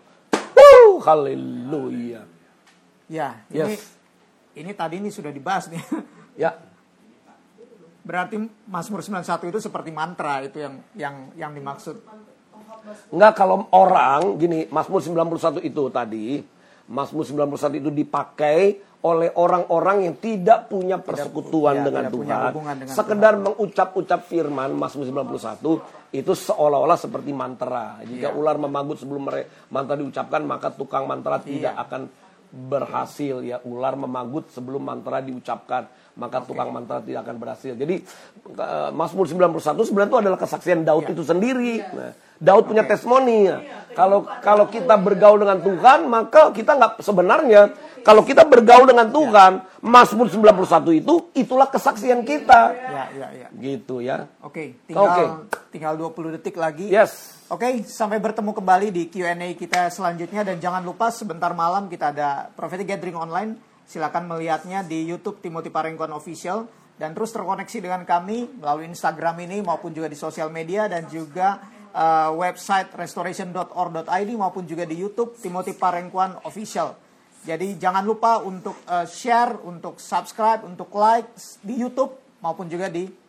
Haleluya. Ya, ini tadi sudah dibahas nih. Ya. Berarti Mazmur 91 itu seperti mantra, itu yang dimaksud. Enggak, kalau orang gini, Mazmur 91 itu tadi, Mazmur 91 itu dipakai oleh orang-orang yang tidak punya persekutuan dengan Tuhan. Sekedar mengucap-ucap firman Mazmur 91 itu seolah-olah seperti mantra. Jika ular memanggut sebelum mantra diucapkan, maka tukang mantra tidak akan berhasil ya. Ular memagut sebelum mantra diucapkan, maka tukang mantra tidak akan berhasil. Jadi Mazmur 91 sebenarnya itu adalah kesaksian Daud itu sendiri. Nah, Daud punya testimoni ya. Kalau kita bergaul dengan Tuhan, maka kita nggak sebenarnya kalau kita bergaul dengan Tuhan, Mazmur 91 itulah kesaksian kita. Ya. Gitu ya. Oke, Oke. tinggal 20 detik lagi. Yes. Oke, sampai bertemu kembali di Q&A kita selanjutnya. Dan jangan lupa sebentar malam kita ada Prophetic Gathering Online. Silakan melihatnya di YouTube Timothy Parengkuan Official. Dan terus terkoneksi dengan kami melalui Instagram ini maupun juga di sosial media. Dan juga website restoration.org.id maupun juga di YouTube Timothy Parengkuan Official. Jadi jangan lupa untuk share, untuk subscribe, untuk like di YouTube maupun juga di